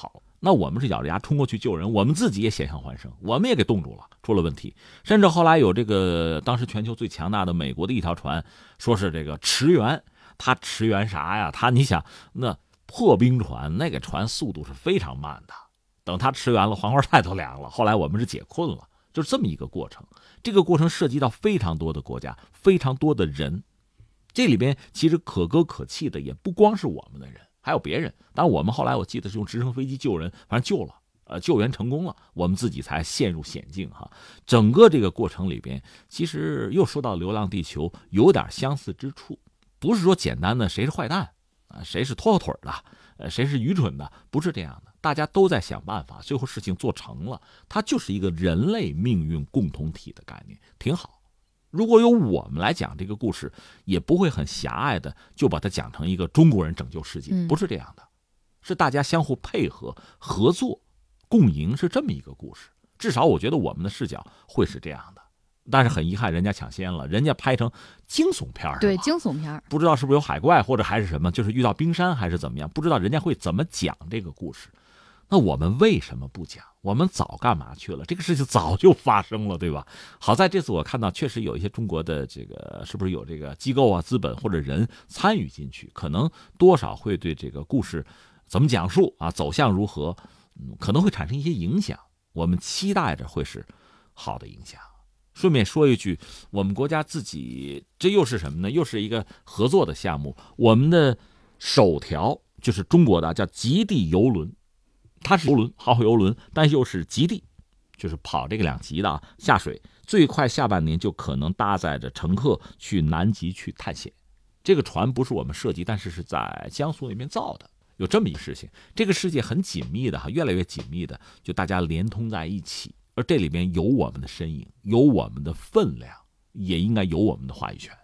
那我们是咬着牙冲过去救人，我们自己也险象环生，我们也给冻住了，出了问题。甚至后来有这个当时全球最强大的美国的一条船，说是这个驰援，它驰援啥呀？你想那破冰船，那个船速度是非常慢的，等它驰援了，黄花菜都凉了。后来我们是解困了，就是这么一个过程。这个过程涉及到非常多的国家，非常多的人，这里边其实可歌可泣的也不光是我们的人，还有别人。当然我们后来我记得是用直升飞机救人，反正救了，救援成功了，我们自己才陷入险境哈。整个这个过程里边，其实又说到《流浪地球》有点相似之处，不是说简单的谁是坏蛋啊，谁是拖后腿的，谁是愚蠢的，不是这样的。大家都在想办法，最后事情做成了，它就是一个人类命运共同体的概念，挺好。如果由我们来讲这个故事，也不会很狭隘的就把它讲成一个中国人拯救世界，不是这样的，是大家相互配合、合作、共赢，是这么一个故事。至少我觉得我们的视角会是这样的。但是很遗憾，人家抢先了，人家拍成惊悚片， 对，惊悚片， 不知道是不是有海怪或者还是什么，就是遇到冰山还是怎么样，不知道人家会怎么讲这个故事。那我们为什么不讲？我们早干嘛去了？这个事情早就发生了，对吧？好在这次我看到确实有一些中国的这个是不是有这个机构啊、资本或者人参与进去，可能多少会对这个故事怎么讲述啊、走向如何，可能会产生一些影响。我们期待着会是好的影响。顺便说一句，我们国家自己这又是什么呢？又是一个合作的项目。我们的首条就是中国的叫极地邮轮，它是邮轮，豪华邮轮，但又是极地，就是跑这个2极的下水，最快下半年就可能搭载着乘客去南极去探险。这个船不是我们设计，但是是在江苏那边造的。有这么一个事情，这个世界很紧密的，越来越紧密的，就大家连通在一起。而这里边有我们的身影，有我们的分量，也应该有我们的话语权。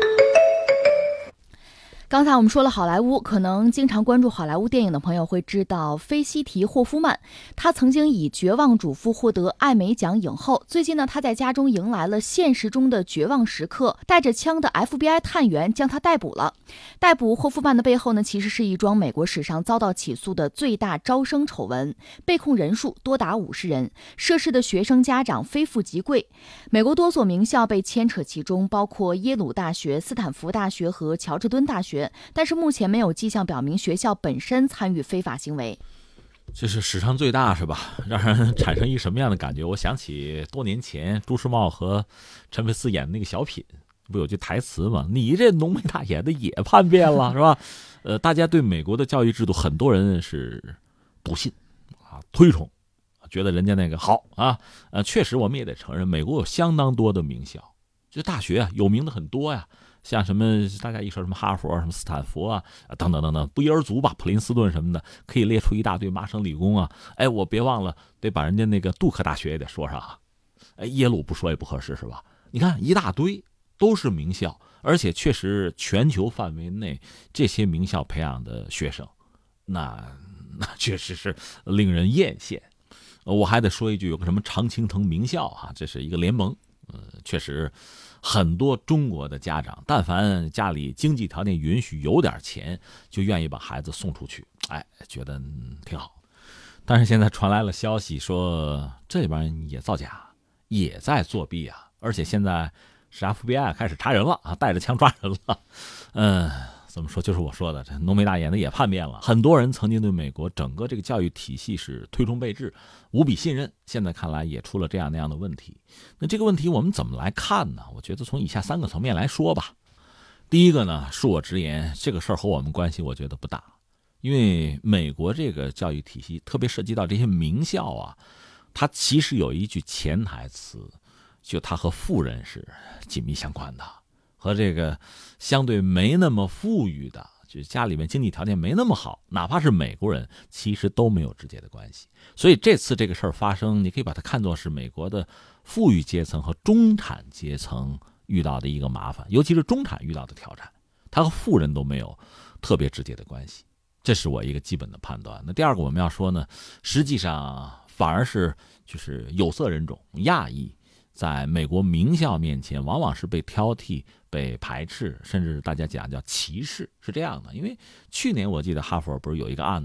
刚才我们说了好莱坞，可能经常关注好莱坞电影的朋友会知道菲希提·霍夫曼，他曾经以《绝望主妇》获得艾美奖影后。最近呢，他在家中迎来了现实中的绝望时刻，带着枪的 FBI 探员将他逮捕了。逮捕霍夫曼的背后呢，其实是一桩美国史上遭到起诉的最大招生丑闻，被控人数多达50人，涉事的学生家长非富即贵。美国多所名校被牵扯其中，包括耶鲁大学、斯坦福大学和乔治敦大学。但是目前没有迹象表明学校本身参与非法行为。 这是史上最大是吧？让人产生一什么样的感觉？我想起多年前朱时茂和陈佩斯演的那个小品，不有句台词吗？你这浓眉大眼的也叛变了是吧？大家对美国的教育制度，很多人是笃信啊，推崇，觉得人家那个好啊。确实我们也得承认，美国有相当多的名校，就大学啊，有名的很多呀。像什么大家一说什么哈佛、什么斯坦福啊，等等等等，不一而足吧？普林斯顿什么的，可以列出一大堆。麻省理工啊，哎，我别忘了得把人家那个杜克大学也得说上啊。哎，耶鲁不说也不合适是吧？你看一大堆都是名校，而且确实全球范围内这些名校培养的学生，那确实是令人艳羡。我还得说一句，有个什么常青藤名校啊，这是一个联盟，确实。很多中国的家长，但凡家里经济条件允许，有点钱，就愿意把孩子送出去，哎，觉得挺好。但是现在传来了消息说，这里边也造假，也在作弊啊，而且现在是 FBI 开始查人了啊，带着枪抓人了。怎么说？就是我说的，这浓眉大眼的也叛变了。很多人曾经对美国整个这个教育体系是推崇备至、无比信任，现在看来也出了这样那样的问题。那这个问题我们怎么来看呢？我觉得从以下3个层面来说吧。第一个呢，恕我直言，这个事儿和我们关系我觉得不大，因为美国这个教育体系，特别涉及到这些名校啊，它其实有一句潜台词，就它和富人是紧密相关的。和这个相对没那么富裕的，就家里面经济条件没那么好，哪怕是美国人，其实都没有直接的关系。所以这次这个事儿发生，你可以把它看作是美国的富裕阶层和中产阶层遇到的一个麻烦，尤其是中产遇到的挑战，它和富人都没有特别直接的关系。这是我一个基本的判断。那第二个我们要说呢，实际上反而是就是有色人种、亚裔在美国名校面前往往是被挑剔、被排斥，甚至大家讲叫歧视，是这样的。因为去年我记得哈佛不是有一个案子吗？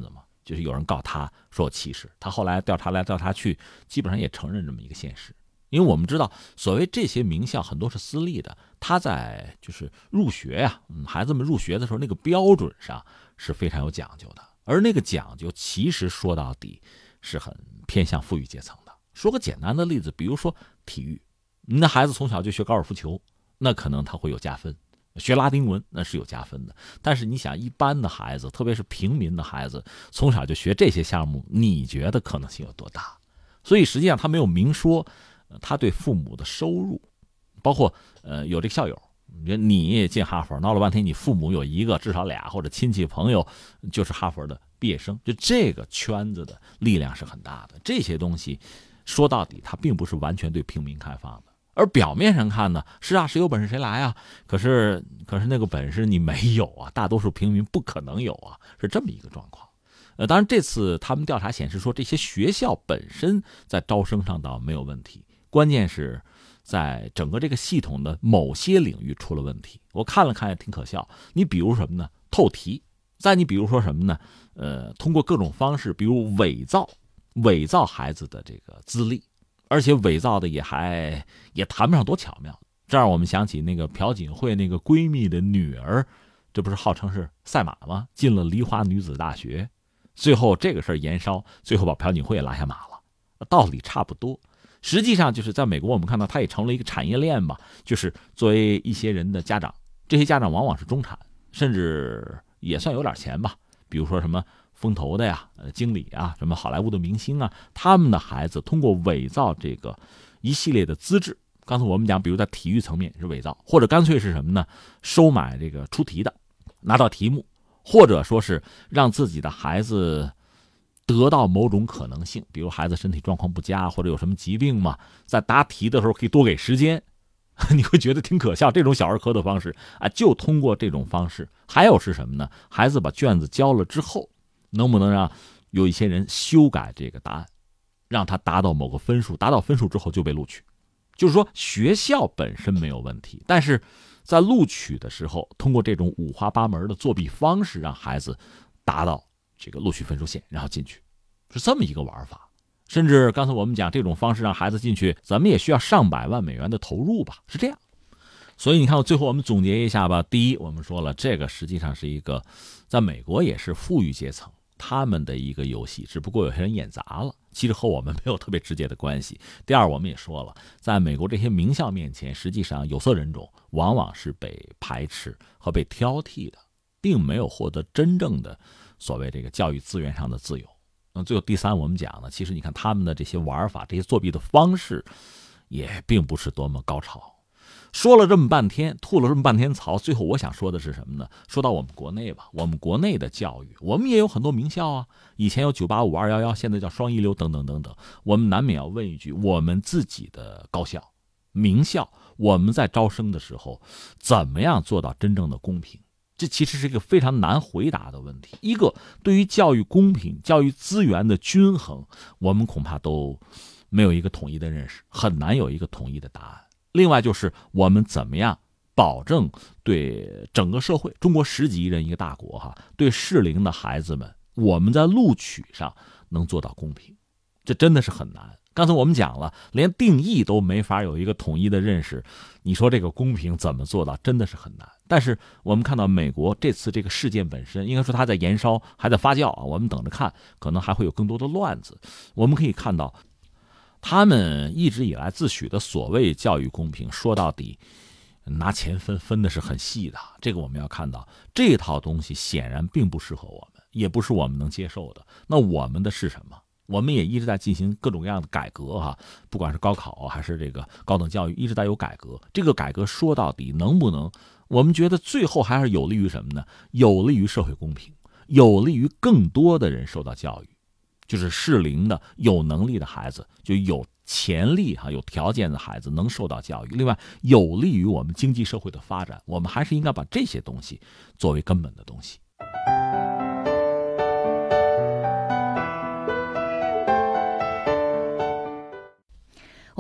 就是有人告他说有歧视，他后来调查来调查去，基本上也承认这么一个现实。因为我们知道，所谓这些名校很多是私立的，他在就是入学呀，孩子们入学的时候那个标准上是非常有讲究的，而那个讲究其实说到底是很偏向富裕阶层的。说个简单的例子，比如说体育，你的孩子从小就学高尔夫球，那可能他会有加分。学拉丁文那是有加分的，但是你想一般的孩子，特别是平民的孩子，从小就学这些项目，你觉得可能性有多大？所以实际上他没有明说他对父母的收入，包括有这个校友，你进哈佛闹了半天，你父母有一个至少俩或者亲戚朋友就是哈佛的毕业生，就这个圈子的力量是很大的。这些东西说到底它并不是完全对平民开放的，而表面上看呢，是啊，谁有本事谁来啊，可是那个本事你没有啊，大多数平民不可能有啊，是这么一个状况。当然这次他们调查显示说，这些学校本身在招生上倒没有问题，关键是在整个这个系统的某些领域出了问题。我看了看也挺可笑，你比如什么呢？透题，再你比如说什么呢？通过各种方式，比如伪造孩子的这个资历，而且伪造的也谈不上多巧妙。这让我们想起那个朴槿惠那个闺蜜的女儿，这不是号称是赛马吗？进了梨花女子大学，最后这个事儿延烧，最后把朴槿惠也拉下马了，道理差不多。实际上就是在美国，我们看到它也成了一个产业链吧，就是作为一些人的家长，这些家长往往是中产，甚至也算有点钱吧，比如说什么风投的呀、经理啊、什么好莱坞的明星啊，他们的孩子通过伪造这个一系列的资质，刚才我们讲，比如在体育层面是伪造，或者干脆是什么呢？收买这个出题的，拿到题目，或者说是让自己的孩子得到某种可能性，比如孩子身体状况不佳或者有什么疾病嘛，在答题的时候可以多给时间，你会觉得挺可笑。这种小儿科的方式啊，就通过这种方式。还有是什么呢？孩子把卷子交了之后，能不能让有一些人修改这个答案，让他达到某个分数，达到分数之后就被录取。就是说学校本身没有问题，但是在录取的时候，通过这种五花八门的作弊方式，让孩子达到这个录取分数线，然后进去，是这么一个玩法。甚至刚才我们讲这种方式让孩子进去，咱们也需要上百万美元的投入吧，是这样。所以你看，最后我们总结一下吧。第一，我们说了，这个实际上是一个在美国也是富裕阶层他们的一个游戏，只不过有些人演砸了，其实和我们没有特别直接的关系。第二，我们也说了，在美国这些名校面前，实际上有色人种往往是被排斥和被挑剔的，并没有获得真正的所谓这个教育资源上的自由。最后第三，我们讲呢，其实你看他们的这些玩法，这些作弊的方式也并不是多么高超。说了这么半天，吐了这么半天槽，最后我想说的是什么呢？说到我们国内吧，我们国内的教育，我们也有很多名校啊，以前有985、211，现在叫双一流等等等等。我们难免要问一句，我们自己的高校、名校，我们在招生的时候，怎么样做到真正的公平？这其实是一个非常难回答的问题。一个，对于教育公平、教育资源的均衡，我们恐怕都没有一个统一的认识，很难有一个统一的答案。另外就是我们怎么样保证对整个社会，中国10几亿人一个大国哈，对适龄的孩子们，我们在录取上能做到公平，这真的是很难。刚才我们讲了，连定义都没法有一个统一的认识，你说这个公平怎么做到，真的是很难。但是我们看到美国这次这个事件本身，应该说它在延烧，还在发酵啊，我们等着看，可能还会有更多的乱子。我们可以看到他们一直以来自诩的所谓教育公平，说到底拿钱分的是很细的，这个我们要看到这套东西显然并不适合我们，也不是我们能接受的。那我们的是什么？我们也一直在进行各种各样的改革哈，不管是高考还是这个高等教育，一直在有改革。这个改革说到底能不能，我们觉得最后还是有利于什么呢？有利于社会公平，有利于更多的人受到教育，就是适龄的有能力的孩子，就有潜力有条件的孩子能受到教育。另外有利于我们经济社会的发展，我们还是应该把这些东西作为根本的东西。 我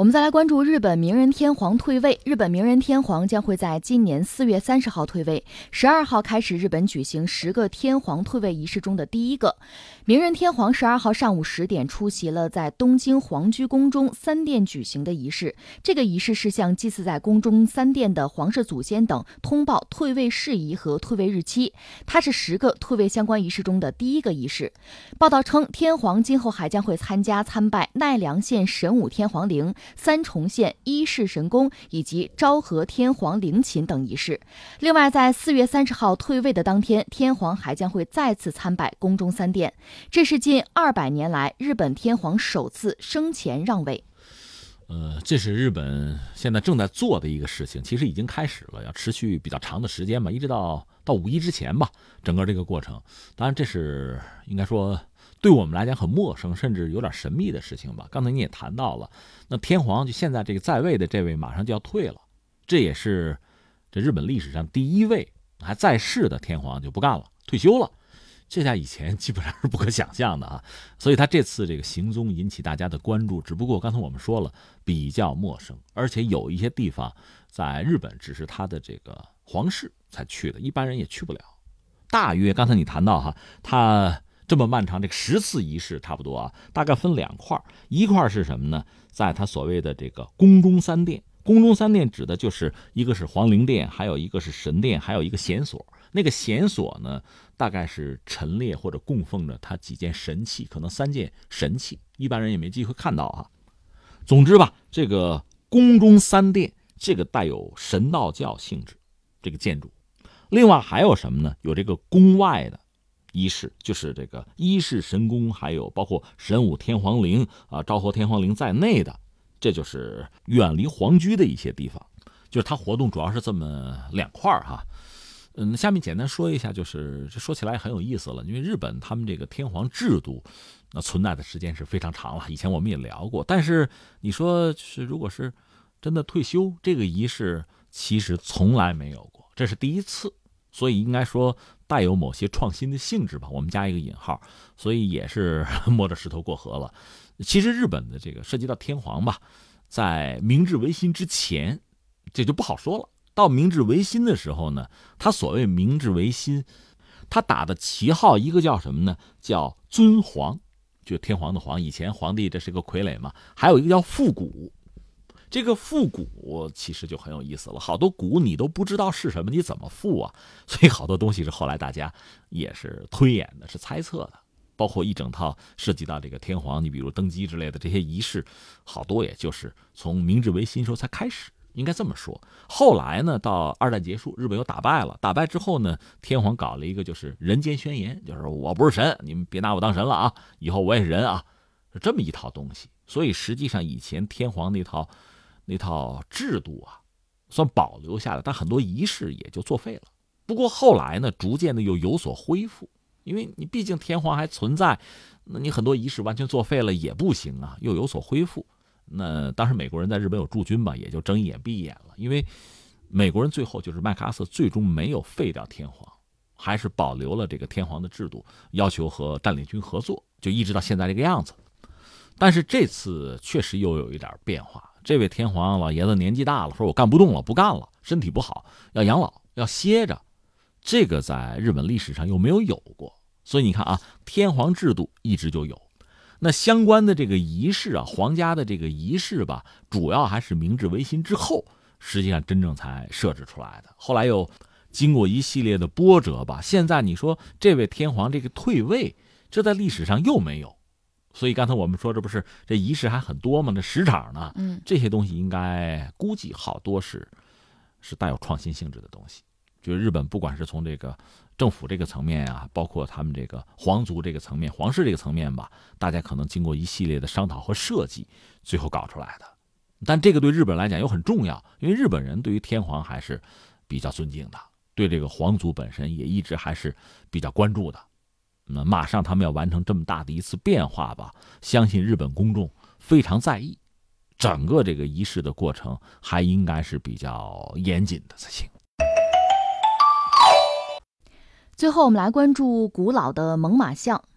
我们再来关注日本明仁天皇退位。日本明仁天皇将会在今年4月30号退位，12号开始日本举行10个天皇退位仪式中的第一个。明仁天皇12号上午10点出席了在东京皇居宫中3殿举行的仪式。这个仪式是向祭祀在宫中3殿的皇室祖先等通报退位事宜和退位日期。它是10个退位相关仪式中的第一个仪式。报道称，天皇今后还将会参拜奈良县神武天皇陵、三重县伊势神宫以及昭和天皇陵寝等仪式。另外，在4月30号退位的当天，天皇还将会再次参拜宫中3殿。这是近200年来日本天皇首次生前让位。 这是日本现在正在做的一个事情，其实已经开始了，要持续比较长的时间吧，一直到5一之前吧，整个这个过程。当然，这是应该说对我们来讲很陌生，甚至有点神秘的事情吧。刚才你也谈到了，那天皇就现在这个在位的这位马上就要退了，这也是这日本历史上第一位还在世的天皇就不干了，退休了。这在以前基本上是不可想象的啊，所以他这次这个行踪引起大家的关注。只不过刚才我们说了，比较陌生，而且有一些地方在日本只是他的这个皇室才去的，一般人也去不了。大约刚才你谈到哈，他这么漫长这个10次仪式差不多啊，大概分2块，一块是什么呢？在他所谓的这个宫中3殿。宫中3殿指的就是一个是皇陵殿，还有一个是神殿，还有一个显所。那个显所呢，大概是陈列或者供奉着他几件神器，可能3件神器，一般人也没机会看到啊。总之吧，这个宫中3殿，这个带有神道教性质，这个建筑。另外还有什么呢？有这个宫外的仪式，就是这个伊势神宫，还有包括神武天皇陵啊、昭和天皇陵在内的，这就是远离皇居的一些地方。就是它活动主要是这么2块哈。下面简单说一下，就是这说起来很有意思了，因为日本他们这个天皇制度，那存在的时间是非常长了，以前我们也聊过。但是你说是如果是真的退休，这个仪式其实从来没有过，这是第一次，所以应该说带有某些创新的性质吧，我们加一个引号，所以也是摸着石头过河了。其实日本的这个涉及到天皇吧，在明治维新之前，这就不好说了。到明治维新的时候呢，他所谓明治维新，他打的旗号一个叫什么呢？叫尊皇，就天皇的皇，以前皇帝这是个傀儡嘛。还有一个叫复古，这个复古其实就很有意思了，好多古你都不知道是什么，你怎么复啊？所以好多东西是后来大家也是推演的，是猜测的。包括一整套涉及到这个天皇，你比如登基之类的这些仪式，好多也就是从明治维新时候才开始。应该这么说，后来呢，到2战结束，日本又打败了。打败之后呢，天皇搞了一个就是人间宣言，就是我不是神，你们别拿我当神了啊，以后我也是人啊，是这么一套东西。所以实际上以前天皇那套制度啊，算保留下来，但很多仪式也就作废了。不过后来呢，逐渐的又有所恢复，因为你毕竟天皇还存在，那你很多仪式完全作废了也不行啊，又有所恢复。那当时美国人在日本有驻军吧，也就睁一眼闭一眼了，因为美国人最后就是麦克阿瑟最终没有废掉天皇，还是保留了这个天皇的制度，要求和占领军合作，就一直到现在这个样子。但是这次确实又有一点变化，这位天皇老爷子年纪大了，说我干不动了，不干了，身体不好，要养老，要歇着，这个在日本历史上又没有过。所以你看啊，天皇制度一直就有。那相关的这个仪式啊，皇家的这个仪式吧，主要还是明治维新之后，实际上真正才设置出来的。后来又经过一系列的波折吧，现在你说这位天皇这个退位，这在历史上又没有。所以刚才我们说，这不是这仪式还很多吗？这10场呢，这些东西应该估计好多是带有创新性质的东西。就是日本不管是从这个政府这个层面啊，包括他们这个皇族这个层面、皇室这个层面吧，大家可能经过一系列的商讨和设计，最后搞出来的。但这个对日本来讲又很重要，因为日本人对于天皇还是比较尊敬的，对这个皇族本身也一直还是比较关注的。那马上他们要完成这么大的一次变化吧，相信日本公众非常在意，整个这个仪式的过程还应该是比较严谨的才行。 最后我们来关注古老的猛犸象。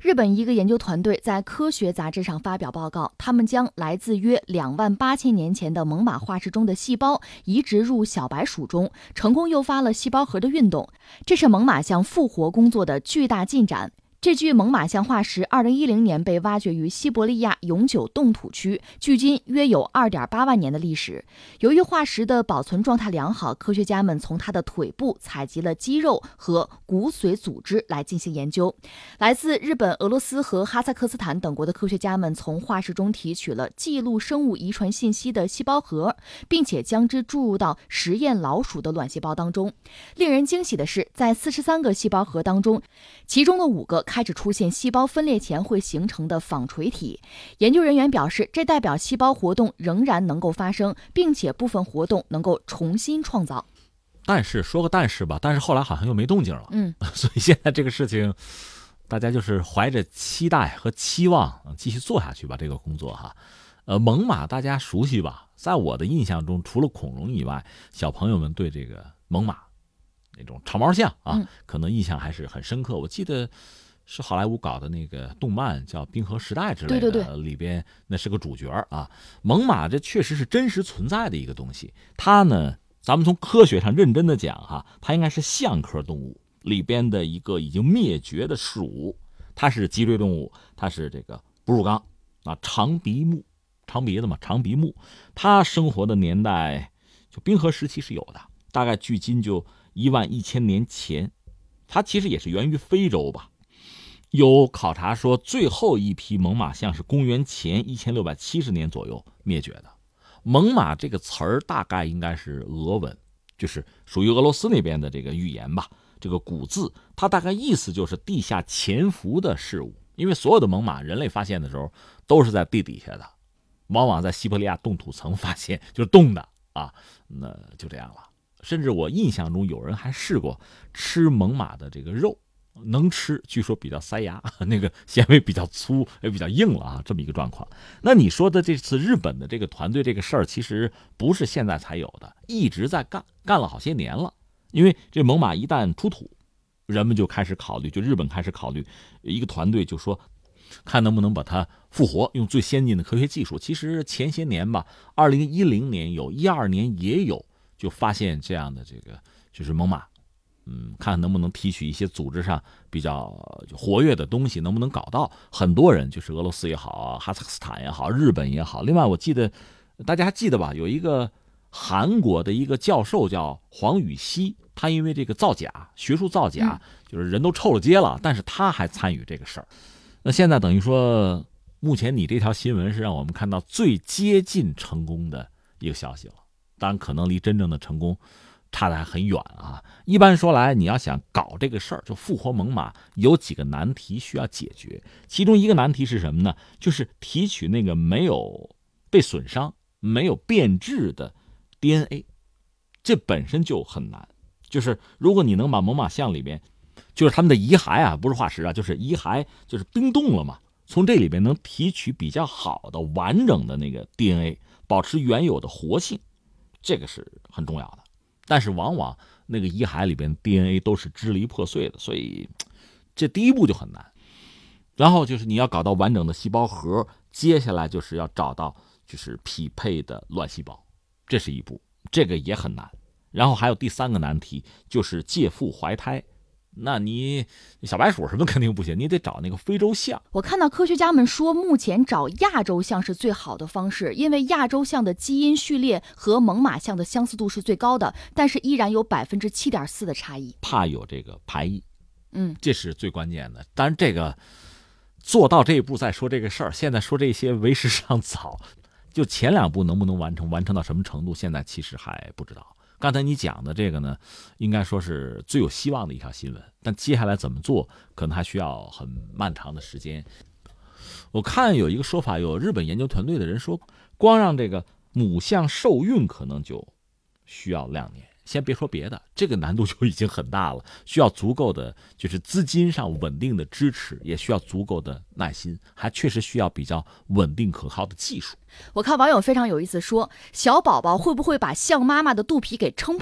日本一个研究团队在科学杂志上发表报告，他们将来自约28000年前的猛犸化石中的细胞移植入小白鼠中，成功诱发了细胞核的运动，这是猛犸象复活工作的巨大进展。这具猛犸象化石2010年被挖掘于西伯利亚永久冻土区，距今约有2.8万年的历史。由于化石的保存状态良好，科学家们从它的腿部采集了肌肉和骨髓组织来进行研究。来自日本、俄罗斯和哈萨克斯坦等国的科学家们从化石中提取了记录生物遗传信息的细胞核，并且将之注入到实验老鼠的卵细胞当中。令人惊喜的是，在43个细胞核当中，其中的5个开始出现细胞分裂前会形成的纺锤体。研究人员表示，这代表细胞活动仍然能够发生，并且部分活动能够重新创造。 但是说个但是吧，但是后来好像又没动静了。所以现在这个事情，大家就是怀着期待和期望继续做下去吧，这个工作哈。猛犸大家熟悉吧？在我的印象中，除了恐龙以外，小朋友们对这个猛犸那种长毛象可能印象还是很深刻。我记得是好莱坞搞的那个动漫叫《冰河时代》之类的， 对， 里边那是个主角啊。猛犸这确实是真实存在的一个东西，它呢，咱们从科学上认真的讲哈，它应该是象科动物里边的一个已经灭绝的属，它是脊椎动物，它是这个哺乳纲长鼻目，长鼻子嘛，长鼻目。它生活的年代就冰河时期是有的，大概距今就11000年前。它其实也是源于非洲吧。有考察说，最后一批猛犸象是公元前1670年左右灭绝的。猛犸这个词儿大概应该是俄文，就是属于俄罗斯那边的这个语言吧。这个古字，它大概意思就是地下潜伏的事物。因为所有的猛犸，人类发现的时候都是在地底下的，往往在西伯利亚冻土层发现，就是冻的啊。那就这样了。甚至我印象中有人还试过吃猛犸的这个肉。能吃，据说比较塞牙，那个纤维比较粗，也比较硬了啊，这么一个状况。那你说的这次日本的这个团队这个事儿，其实不是现在才有的，一直在干了好些年了。因为这猛犸一旦出土，人们就开始考虑，就日本开始考虑，一个团队就说，看能不能把它复活，用最先进的科学技术。其实前些年吧，2010年有，12年也有，就发现这样的这个就是猛犸。看看能不能提取一些组织上比较活跃的东西，能不能搞到。很多人就是俄罗斯也好，哈萨克斯坦也好，日本也好。另外我记得大家还记得吧，有一个韩国的一个教授叫黄禹锡，他因为这个造假，学术造假，就是人都臭了街了，但是他还参与这个事儿。那现在等于说，目前你这条新闻是让我们看到最接近成功的一个消息了，当然可能离真正的成功差得还很远啊！一般说来，你要想搞这个事儿，就复活猛犸，有几个难题需要解决。其中一个难题是什么呢？就是提取那个没有被损伤、没有变质的 DNA， 这本身就很难。就是如果你能把猛犸象里边，就是他们的遗骸啊，不是化石啊，就是遗骸，就是冰冻了嘛，从这里边能提取比较好的、完整的那个 DNA， 保持原有的活性，这个是很重要的。但是往往那个遗骸里边 DNA 都是支离破碎的，所以这第一步就很难。然后就是你要搞到完整的细胞核，接下来就是要找到就是匹配的卵细胞，这是一步，这个也很难。然后还有第3个难题，就是借腹怀胎。那你小白鼠什么肯定不行，你得找那个非洲象。 我看到科学家们说，目前找亚洲象是最好的方式，因为亚洲象的基因序列和猛犸象的相似度是最高的，但是依然有7.4%的差异， 怕有这个排异，这是最关键的。当然这个做到这一步再说这个事儿，现在说这些为时尚早，就前2步能不能完成到什么程度，现在其实还不知道。刚才你讲的这个呢，应该说是最有希望的一条新闻，但接下来怎么做，可能还需要很漫长的时间。我看有一个说法，有日本研究团队的人说，光让这个母象受孕可能就需要2年。先别说别的，这个难度就已经很大了，需要足够的就是资金上稳定的支持，也需要足够的耐心，还确实需要比较稳定可靠的技术。 我看网友非常有意思说，小宝宝会不会把象妈妈的肚皮给撑破？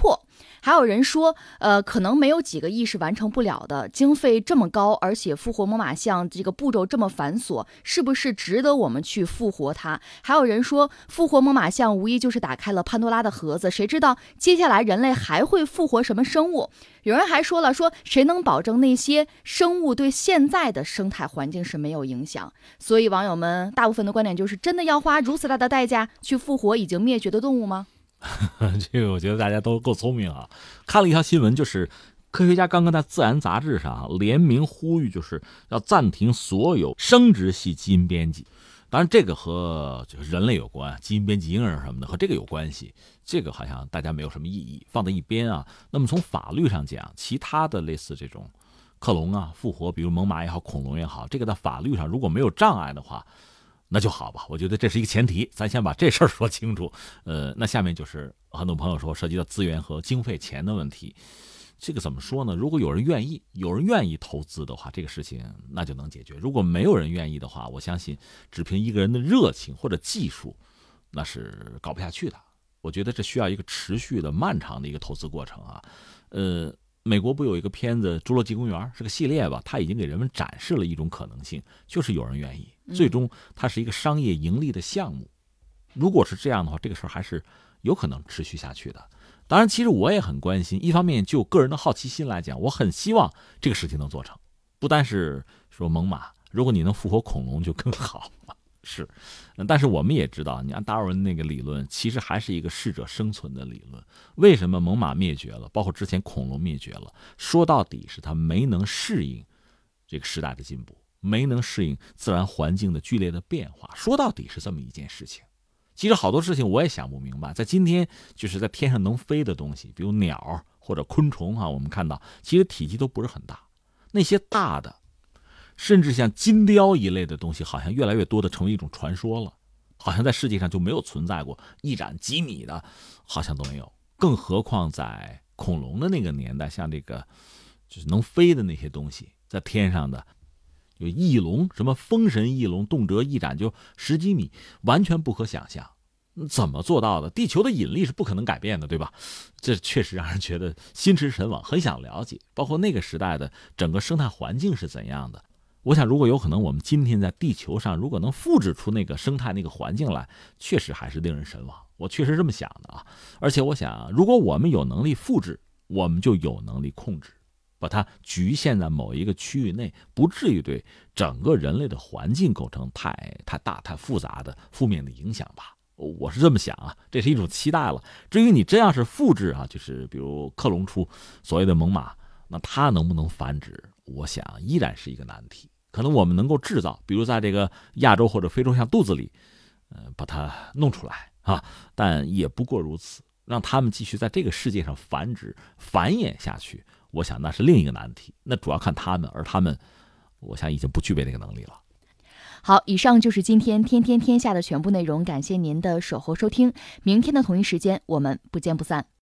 还有人说，可能没有几个亿是完成不了的，经费这么高，而且复活猛犸象这个步骤这么繁琐，是不是值得我们去复活它？还有人说，复活猛犸象无疑就是打开了潘多拉的盒子，谁知道接下来人类还会复活什么生物？有人还说了，谁能保证那些生物对现在的生态环境是没有影响？所以网友们大部分的观点就是，真的要花如此大的代价去复活已经灭绝的动物吗？ 这个我觉得大家都够聪明啊！看了一条新闻，就是科学家刚刚在《自然》杂志上联名呼吁，就是要暂停所有生殖系基因编辑。当然，这个和就是人类有关，基因编辑婴儿什么的和这个有关系。这个好像大家没有什么异议，放在一边啊。那么从法律上讲，其他的类似这种克隆啊、复活，比如猛犸也好、恐龙也好，这个在法律上如果没有障碍的话，那就好吧，我觉得这是一个前提，咱先把这事儿说清楚。那下面就是很多朋友说涉及到资源和经费钱的问题。这个怎么说呢？如果有人愿意投资的话，这个事情那就能解决。如果没有人愿意的话，我相信只凭一个人的热情或者技术，那是搞不下去的。我觉得这需要一个持续的、漫长的一个投资过程啊。美国不有一个片子《侏罗纪公园》是个系列吧？它已经给人们展示了一种可能性，就是有人愿意，最终它是一个商业盈利的项目。如果是这样的话，这个事儿还是有可能持续下去的。当然，其实我也很关心，一方面就个人的好奇心来讲，我很希望这个事情能做成，不单是说猛犸，如果你能复活恐龙就更好了。是，但是我们也知道，你按达尔文那个理论，其实还是一个适者生存的理论。为什么猛犸灭绝了，包括之前恐龙灭绝了？说到底是它没能适应这个时代的进步，没能适应自然环境的剧烈的变化。说到底是这么一件事情。其实好多事情我也想不明白，在今天就是在天上能飞的东西，比如鸟或者昆虫我们看到其实体积都不是很大，那些大的甚至像金雕一类的东西，好像越来越多的成为一种传说了，好像在世界上就没有存在过，一展几米的好像都没有。更何况在恐龙的那个年代，像这个就是能飞的那些东西，在天上的有翼龙，什么风神翼龙，动辄一展就10几米，完全不可想象。怎么做到的？地球的引力是不可能改变的，对吧？这确实让人觉得心驰神往，很想了解，包括那个时代的整个生态环境是怎样的。我想，如果有可能，我们今天在地球上，如果能复制出那个生态、那个环境来，确实还是令人神往。我确实这么想的啊！而且我想，如果我们有能力复制，我们就有能力控制，把它局限在某一个区域内，不至于对整个人类的环境构成太大、太复杂的负面的影响吧。我是这么想啊，这是一种期待了。至于你真要是复制就是比如克隆出所谓的猛犸，那它能不能繁殖，我想依然是一个难题。可能我们能够制造，比如在这个亚洲或者非洲象肚子里，把它弄出来但也不过如此。让他们继续在这个世界上繁殖、繁衍下去，我想那是另一个难题。那主要看他们，而他们，我想已经不具备这个能力了。 好，以上就是今天天天天下的全部内容，感谢您的守候收听。明天的同一时间，我们不见不散。